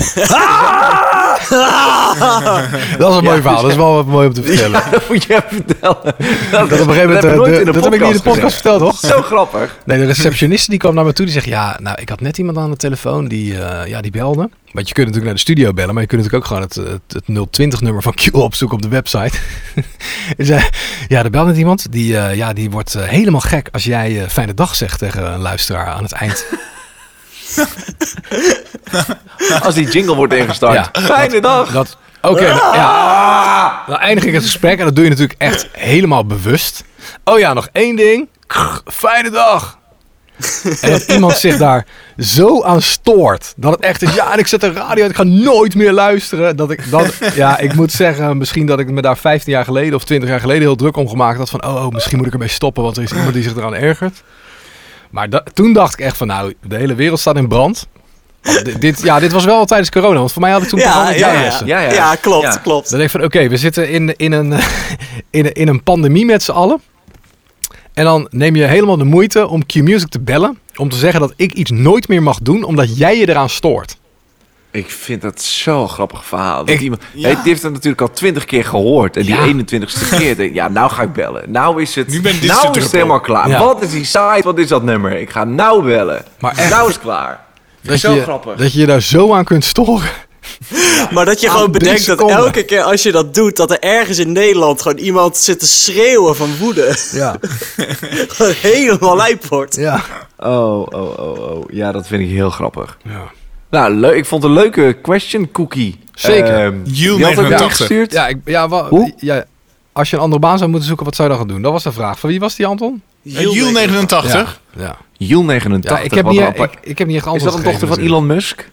Dat is een mooi verhaal. Dat is wel wat mooi om te vertellen. Ja, dat moet je even vertellen. Dat op een gegeven moment, dat heb ik niet in de podcast verteld, toch? Zo grappig. Nee, de receptioniste die kwam naar me toe. Die zegt, ik had net iemand aan de telefoon die belde. Want je kunt natuurlijk naar de studio bellen, maar je kunt natuurlijk ook gewoon het 020-nummer van Q opzoeken op de website. En zei, er belt net iemand. Die wordt helemaal gek als jij fijne dag zegt tegen een luisteraar aan het eind. Als die jingle wordt ingestart. Fijne dag. Dan eindig ik het gesprek en dat doe je natuurlijk echt helemaal bewust. Oh ja, nog één ding. Fijne dag. En dat iemand zich daar zo aan stoort. Dat het echt is, ja, en ik zet de radio uit, ik ga nooit meer luisteren. Ik moet zeggen, misschien dat ik me daar 15 jaar geleden of 20 jaar geleden heel druk om gemaakt had. Van, misschien moet ik ermee stoppen, want er is iemand die zich eraan ergert. Maar toen dacht ik echt van, nou, de hele wereld staat in brand. Dit was wel tijdens corona, want voor mij had ik toen Ja, klopt. Dan denk ik van, oké, we zitten in een pandemie met z'n allen. En dan neem je helemaal de moeite om Q-Music te bellen. Om te zeggen dat ik iets nooit meer mag doen, omdat jij je eraan stoort. Ik vind dat zo'n grappig verhaal. Die heeft het natuurlijk al 20 keer gehoord. En die 21ste keer denk ik, nou ga ik bellen. Nou is het helemaal klaar. Ja. Wat is die site? Wat is dat nummer? Ik ga nou bellen. Maar echt, nou is het klaar. Zo grappig. Dat je daar zo aan kunt storen. Maar dat je gewoon bedenkt dat elke keer als je dat doet, dat er ergens in Nederland gewoon iemand zit te schreeuwen van woede. Ja. Gewoon helemaal lijp wordt. Ja. Oh. Ja, dat vind ik heel grappig. Ja. Nou, ik vond het een leuke question, Cookie. Zeker. Jill 89. Ja, als je een andere baan zou moeten zoeken, wat zou je dan gaan doen? Dat was de vraag. Van wie was die, Anton? Jill 89. Ja. Jill 89. Ja, ik heb niet echt antwoord gegeven. Is dat een dochter van Elon Musk?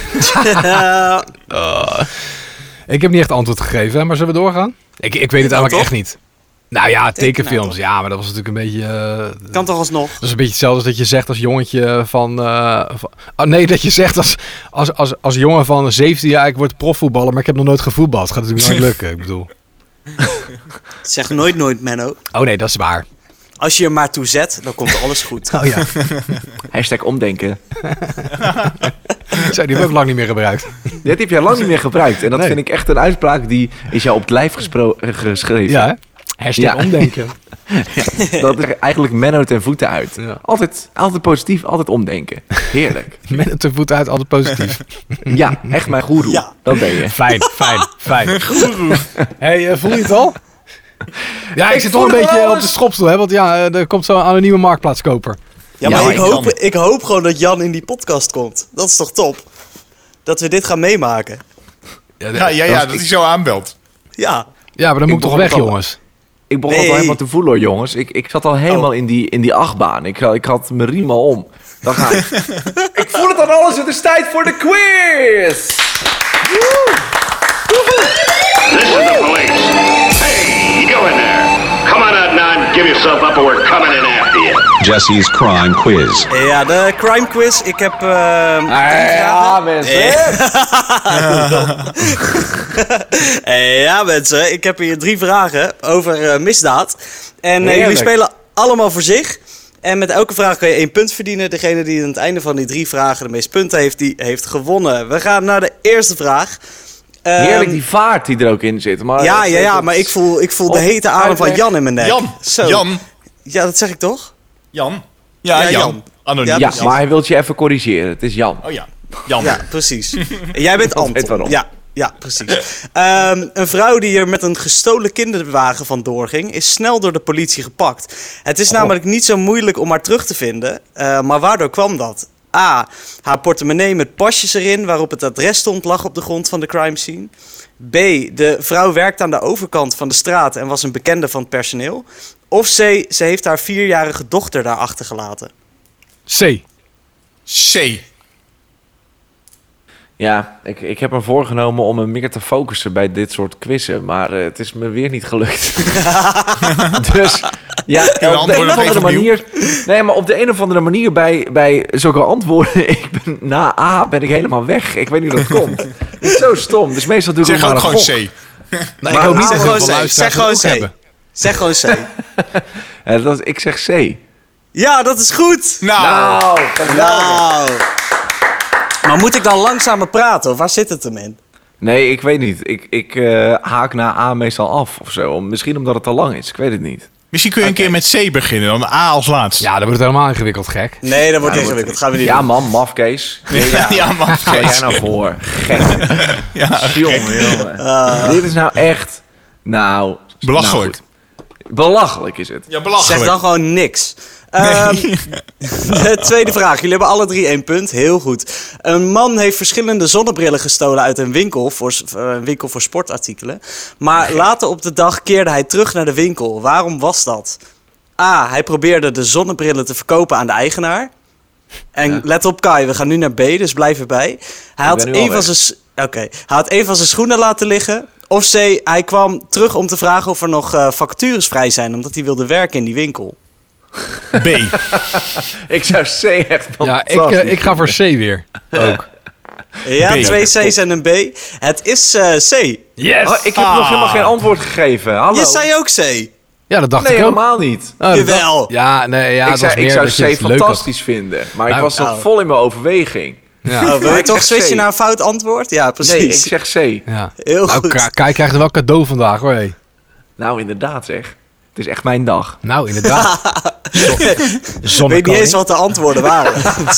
Ik heb niet echt antwoord gegeven, maar zullen we doorgaan? Ik weet het eigenlijk echt niet. Nou ja, tekenfilms. Ja, maar dat was natuurlijk een beetje... kan toch alsnog? Dat is een beetje hetzelfde als dat je zegt als jongetje van... dat je zegt als jongen van 17 jaar... ik word profvoetballer, maar ik heb nog nooit gevoetbald. Gaat natuurlijk nooit lukken, ik bedoel. Zeg nooit, Menno. Oh nee, dat is waar. Als je er maar toe zet, dan komt alles goed. Oh ja. Hashtag omdenken. Zo, die heb ik ook lang niet meer gebruikt. Die heb jij lang niet meer gebruikt. En dat vind ik echt een uitspraak die is jou op het lijf geschreven. Ja, hè? Hashtag omdenken. Dat is eigenlijk Menno ten voeten uit. Ja. Altijd positief, altijd omdenken. Heerlijk. Menno ten voeten uit, altijd positief. Ja, echt mijn goeroe. Ja. Dat ben je. Fijn. Goeroe. Hey, voel je het al? Ja, ik zit toch een beetje op de schopstoel, hè? Want er komt zo'n anonieme marktplaatskoper. Ja, maar ik hoop gewoon dat Jan in die podcast komt. Dat is toch top? Dat we dit gaan meemaken. Dat hij zo aanbelt. Ja. Ja, maar dan moet ik toch weg, jongens. Ik begon al helemaal te voelen, hoor, jongens. Ik zat al helemaal in die achtbaan. Ik had mijn riem al om. Dan ga ik. Ik voel het aan alles. Het is tijd voor de quiz! This is the police. Hey, you go in there. Come on out now and give yourself up or we're coming in after you. Jesse's Crime Quiz. Ja, de Crime Quiz. Ik heb... mensen. Ja, mensen. Ik heb hier 3 vragen over misdaad. En jullie spelen allemaal voor zich. En met elke vraag kan je 1 punt verdienen. Degene die aan het einde van die 3 vragen de meeste punten heeft, die heeft gewonnen. We gaan naar de eerste vraag. Heerlijk die vaart die er ook in zit. Maar maar ik voel de hete adem van Jan in mijn nek. Jan. Ja, dat zeg ik toch? Jan. Ja, Jan. Anoniem. Ja, maar hij wil je even corrigeren. Het is Jan. Oh ja. Jan. Ja, precies. En jij bent Anton. Weet waarom. Ja, precies. Een vrouw die er met een gestolen kinderwagen vandoor ging, is snel door de politie gepakt. Het is namelijk niet zo moeilijk om haar terug te vinden. Maar waardoor kwam dat? A. Haar portemonnee met pasjes erin waarop het adres stond lag op de grond van de crime scene. B. De vrouw werkte aan de overkant van de straat en was een bekende van het personeel. Of C. Ze heeft haar 4-jarige dochter daar achtergelaten. C. Ja, ik heb me voorgenomen om me meer te focussen bij dit soort quizzen. Maar het is me weer niet gelukt. Dus ja, op de een of andere manier... Nee, maar op de een of andere manier bij zulke antwoorden... Na A ben ik helemaal weg. Ik weet niet hoe dat komt. Het is zo stom. Dus meestal doe ik zeg ook gewoon C. Nee, ik hoop niet dat we zeg gewoon C. Zeg gewoon C. Ik zeg C. Ja, dat is goed. Nou. Maar moet ik dan langzamer praten of waar zit het hem in? Nee, ik weet niet. Ik haak na A meestal af of zo. Misschien omdat het te lang is. Ik weet het niet. Misschien kun je een keer met C beginnen, dan A als laatst. Ja, dan wordt het helemaal ingewikkeld, gek. Nee, dat wordt ingewikkeld. Gaan we niet doen. Ja, man, mafkees. Ja, mafkees. Ga jij nou voor? Gek. Ja, jongen. Dit is nou echt... belachelijk. Belachelijk is het. Ja, belachelijk. Zeg dan gewoon niks. De tweede vraag. Jullie hebben alle 3 1 punt. Heel goed. Een man heeft verschillende zonnebrillen gestolen uit een winkel voor sportartikelen. Maar later op de dag keerde hij terug naar de winkel. Waarom was dat? A, hij probeerde de zonnebrillen te verkopen aan de eigenaar. En let op Kai, we gaan nu naar B, dus blijf erbij. Hij had een van zijn schoenen laten liggen. Of C, hij kwam terug om te vragen of er nog vacatures vrij zijn, omdat hij wilde werken in die winkel. B. Ik zou C echt Ja, ik ga voor C weer. Ook. Ja, B. 2 C's en een B. Het is C. Yes! Oh, ik heb nog helemaal geen antwoord gegeven. Hallo. Je zei ook C. Ja, dat dacht Nee, ik ook. helemaal niet. Oh, dat Jawel. dacht- Ja, nee, ja, ik het was zou, meer ik dat zou je C het leuk fantastisch vinden. Maar ik was nog nou. vol in mijn overweging. Ja. Oh, wil je ik toch zeg switchen C. naar een fout antwoord? Ja, precies. Nee, ik zeg C. Ja. Heel Nou, goed. Kai krijgt er wel cadeau vandaag hoor. Hey. Nou, inderdaad zeg. Het is echt mijn dag. Nou, inderdaad. Ik weet niet eens wat de antwoorden waren.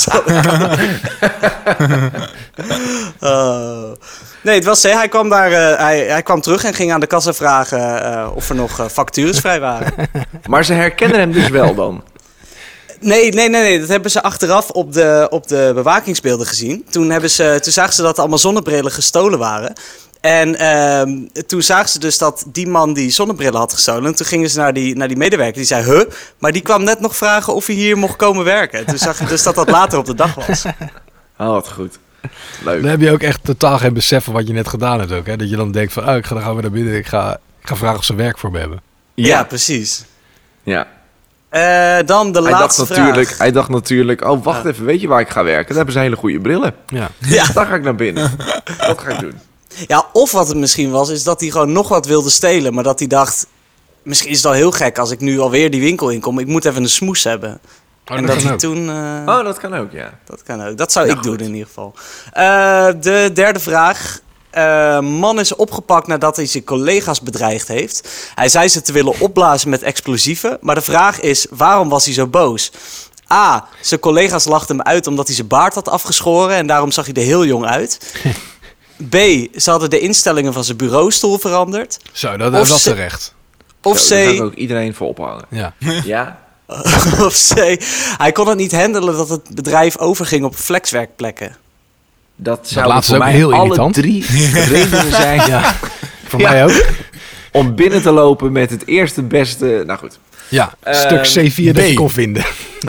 Nee, het was C. Hij kwam, hij kwam terug en ging aan de kassa vragen of er nog vacatures vrij waren. Maar ze herkennen hem dus wel dan. Nee. Dat hebben ze achteraf op de bewakingsbeelden gezien. Toen zagen ze dat allemaal zonnebrillen gestolen waren. En toen zagen ze dus dat die man die zonnebrillen had gestolen. En toen gingen ze naar die medewerker. Die zei, huh? Maar die kwam net nog vragen of hij hier mocht komen werken. Toen zag je dus dat dat later op de dag was. Oh, wat goed. Leuk. Dan heb je ook echt totaal geen besef van wat je net gedaan hebt ook. Hè? Dat je dan denkt van, ik ga dan gaan we naar binnen. Ik ga vragen of ze werk voor me hebben. Ja, precies. Ja. Dan de laatste vraag. Hij dacht natuurlijk, oh wacht even, weet je waar ik ga werken? Dan hebben ze hele goede brillen. Ja. Ja. Dan ga ik naar binnen. Dat ga ik doen. Ja, of wat het misschien was, is dat hij gewoon nog wat wilde stelen. Maar dat hij dacht, misschien is het al heel gek als ik nu alweer die winkel inkom. Ik moet even een smoes hebben. En dat hij toen... Oh, dat kan ook, ja. Dat kan ook. Dat zou Nou, ik doen goed. in ieder geval. De derde vraag. Man is opgepakt nadat hij zijn collega's bedreigd heeft. Hij zei ze te willen opblazen met explosieven. Maar de vraag is, waarom was hij zo boos? A, zijn collega's lachten hem uit omdat hij zijn baard had afgeschoren. En daarom zag hij er heel jong uit. B, ze hadden de instellingen van zijn bureaustoel veranderd. Zo, dat is terecht. Of Zo, daar ga ik C, ook iedereen voor ophangen. Ja. Ja? of C, hij kon het niet handelen dat het bedrijf overging op flexwerkplekken. Dat zou laatste voor ook mij heel alle irritant. 3 redenen zijn Ja. Voor Ja. mij ook. om binnen te lopen met het eerste beste... Nou goed. Ja, stuk C4 dat je B. kon vinden.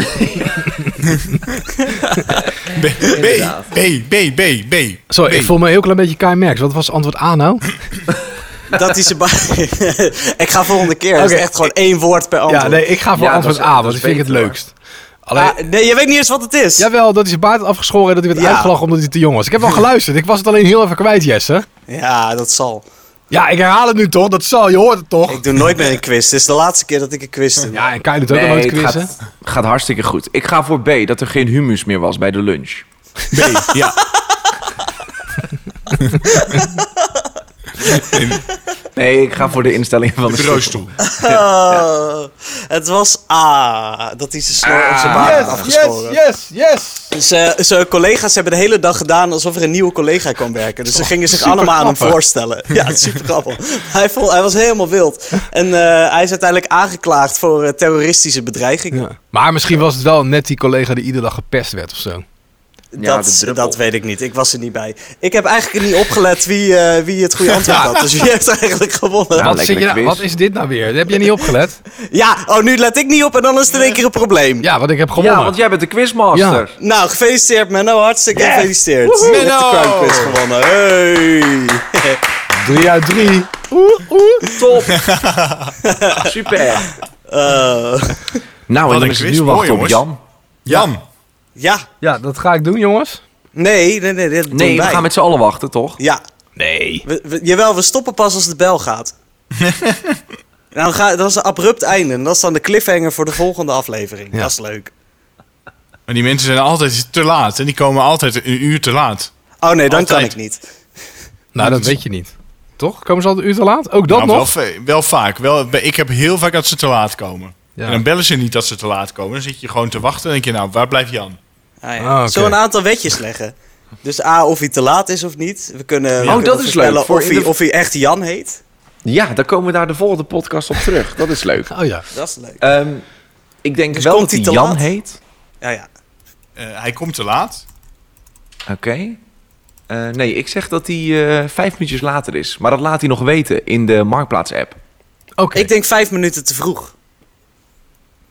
B. Sorry, ik voel me ook een beetje Kai Merks. Wat was antwoord A nou? Dat hij zijn baard... Ik ga volgende keer. Het Oké. is echt gewoon 1 woord per antwoord. Ja, nee, ik ga voor Ja, antwoord dat is- A, dat want is dat vind ik het beter, leukst. Alleen, Nee, je weet niet eens wat het is. jawel, dat hij zijn baard had afgeschoren en dat hij werd Ja. uitgelachen omdat hij te jong was. Ik heb wel geluisterd, ik was het alleen heel even kwijt, Jesse. Ja, dat zal. Ja, ik herhaal het nu toch, dat zal, je hoort het toch? Ik doe nooit meer een quiz. Dit is de laatste keer dat ik een quiz doe. Ja, en Kai doet ook al Nee, nooit het quizzen. gaat hartstikke goed. Ik ga voor B, dat er geen humus meer was bij de lunch. B. Ja. Nee, ik ga voor de instellingen van de Bureaustoel. Oh, het was A. Dat hij zijn snor op zijn baard had afgeschoren. Zijn collega's hebben de hele dag gedaan alsof er een nieuwe collega kwam werken. Dus ze gingen zich allemaal aan hem voorstellen. Ja, het is super grappig. Hij was helemaal wild. En hij is uiteindelijk aangeklaagd voor terroristische bedreigingen. Ja. Maar misschien was het wel net die collega die iedere dag gepest werd of zo. Ja, de druppel. Dat weet ik niet. Ik was er niet bij. Ik heb eigenlijk niet opgelet wie het goede antwoord had. Dus wie heeft eigenlijk gewonnen? Ja, Wat, lekkere quiz. wat is dit nou weer? Heb je niet opgelet? Ja, nu let ik niet op en dan is het in één keer een probleem. Ja, want ik heb gewonnen. Ja, want jij bent de quizmaster. Nou, gefeliciteerd Menno. Hartstikke gefeliciteerd. Je hebt de Crime Quiz gewonnen. Hey. 3 uit 3. Top. Super. Nou, en dan een is het quiz. nu Mooi, wachten op jongens. Jan. Jan. Ja. Ja, dat ga ik doen, jongens. Nee, dat doen Nee, we wij. gaan met z'n allen wachten, toch? Ja. Nee. Jawel, we stoppen pas als de bel gaat. Dat is een abrupt einde. En dat is dan de cliffhanger voor de volgende aflevering. Ja. Dat is leuk. Maar die mensen zijn altijd te laat. En die komen altijd een uur te laat. Oh nee, dan kan Altijd. ik niet. Nou, dat weet je niet. Toch? Komen ze al een uur te laat? Ook dat Nou, nog? wel vaak. Ik heb heel vaak dat ze te laat komen. Ja. En dan bellen ze niet dat ze te laat komen. Dan zit je gewoon te wachten en denk je, nou, waar blijft Jan? Ah, ja. Ah, oké. Zullen we een aantal wetjes leggen? Dus A, of hij te laat is of niet. We kunnen dat is voorspellen leuk. Voor Of hij echt Jan heet. Ja, daar komen we daar de volgende podcast op terug. Dat is leuk. Oh ja. Dat is leuk. Ik denk Dus wel komt dat hij hij te Jan laat? heet. Ja. Hij komt te laat. Oké. Nee, ik zeg dat hij 5 minuutjes later is. Maar dat laat hij nog weten in de Marktplaats-app. Oké. Ik denk 5 minuten te vroeg.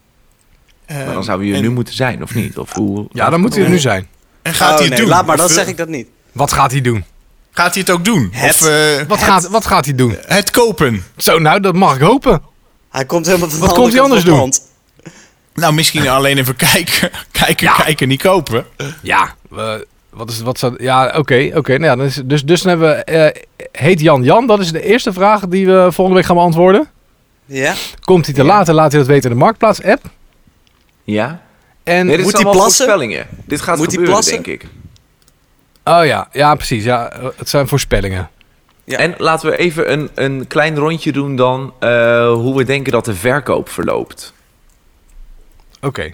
Maar dan zou hij er nu moeten zijn, of niet? Of hoe? Ja, dan moet hij er nu zijn. En gaat hij het doen? Laat maar, dan Of, zeg ik dat niet. Wat gaat hij doen? Gaat hij het ook doen? Wat gaat hij doen? Het kopen. Zo, nou, dat mag ik hopen. Hij komt helemaal van de Wat komt hij anders doen? Nou, misschien alleen even kijken. Kijken, niet kopen. Ja, ja, oké. Nou ja, dus dan hebben we... heet Jan? Dat is de eerste vraag die we volgende week gaan beantwoorden. Ja. Komt hij te laat, laat hij dat weten in de Marktplaats-app. Ja. En Nee, dit moet zijn hij wel plassen? voorspellingen. Dit gaat Moet hij gebeuren, plassen? denk ik. Oh ja, precies. Ja, het zijn voorspellingen. Ja. En laten we even een klein rondje doen dan... hoe we denken dat de verkoop verloopt. Oké.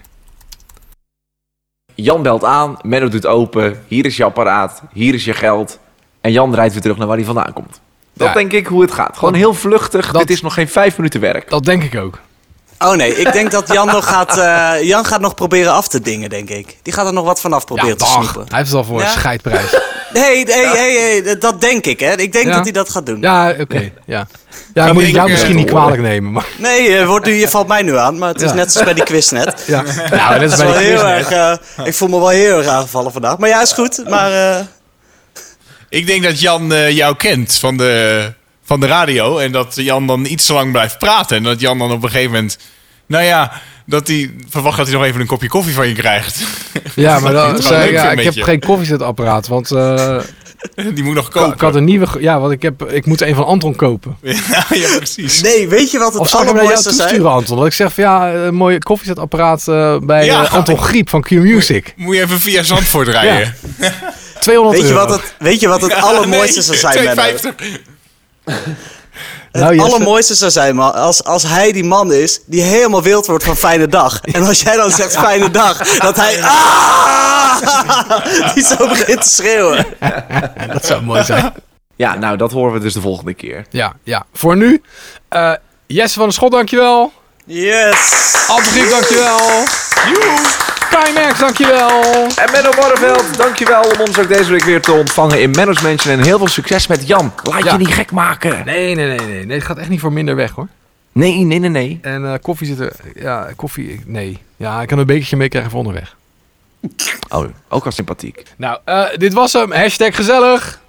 Jan belt aan, Menno doet open. Hier is je apparaat, hier is je geld. En Jan rijdt weer terug naar waar hij vandaan komt. Dat Ja. denk ik hoe het gaat. Gewoon heel vluchtig. Dit is nog geen 5 minuten werk. Dat denk ik ook. Oh nee, ik denk dat Jan nog gaat... Jan gaat nog proberen af te dingen, denk ik. Die gaat er nog wat vanaf proberen te snoepen. Hij heeft het al voor een Ja? scheidprijs. Nee, dat denk ik, hè. Ik denk dat hij dat gaat doen. Ja, oké. Ja, moet ik denk jou ik, misschien niet kwalijk nemen. Maar, Nee, je valt mij nu aan, maar het is net zoals bij die quiz net. ja. Nou, dat is Het is bij wel de heel quiz net. erg... ik voel me wel heel erg aangevallen vandaag. Maar ja, is goed. Maar... Ik denk dat Jan jou kent van de radio. En dat Jan dan iets te lang blijft praten. En dat Jan dan op een gegeven moment... Nou ja, dat hij verwacht dat hij nog even een kopje koffie van je krijgt. Ja, maar Dat dan vind ik zei wel ik, leuk ja, een ik heb beetje. geen koffiezetapparaat, want Die moet nog kopen. ik had een nieuwe... Ja, want ik moet een van Anton kopen. Ja, precies. Nee, weet je wat Of het zal ik hem naar jou allermooiste zijn? toesturen, Anton? Dat ik zeg van ja, een mooi koffiezetapparaat bij Ja. Anton Griep van Q-Music. Moet je even via Zandvoort rijden. €200. Weet je wat het allermooiste zou zijn, Menno? 2,50. Nou, Het Jesse. allermooiste zou zijn, man, als hij die man is die helemaal wild wordt van fijne dag. En als jij dan zegt fijne dag, dat hij... Die zo begint te schreeuwen. Dat zou mooi zijn. Ja, nou, dat horen we dus de volgende keer. Ja. Voor nu, Jesse van der Schot, dankjewel. Yes! Anton Griep, dankjewel. Kai Merks, dankjewel. En Menno Barneveld, dankjewel om ons ook deze week weer te ontvangen in Menno's Mansion. En heel veel succes met Jan. Laat Ja. je niet gek maken. Nee. Het gaat echt niet voor minder weg, hoor. Nee. En koffie zit er... Ja, koffie... Nee. Ja, ik kan een bekertje meekrijgen voor onderweg. Oh, ook al sympathiek. Nou, dit was hem. #gezellig.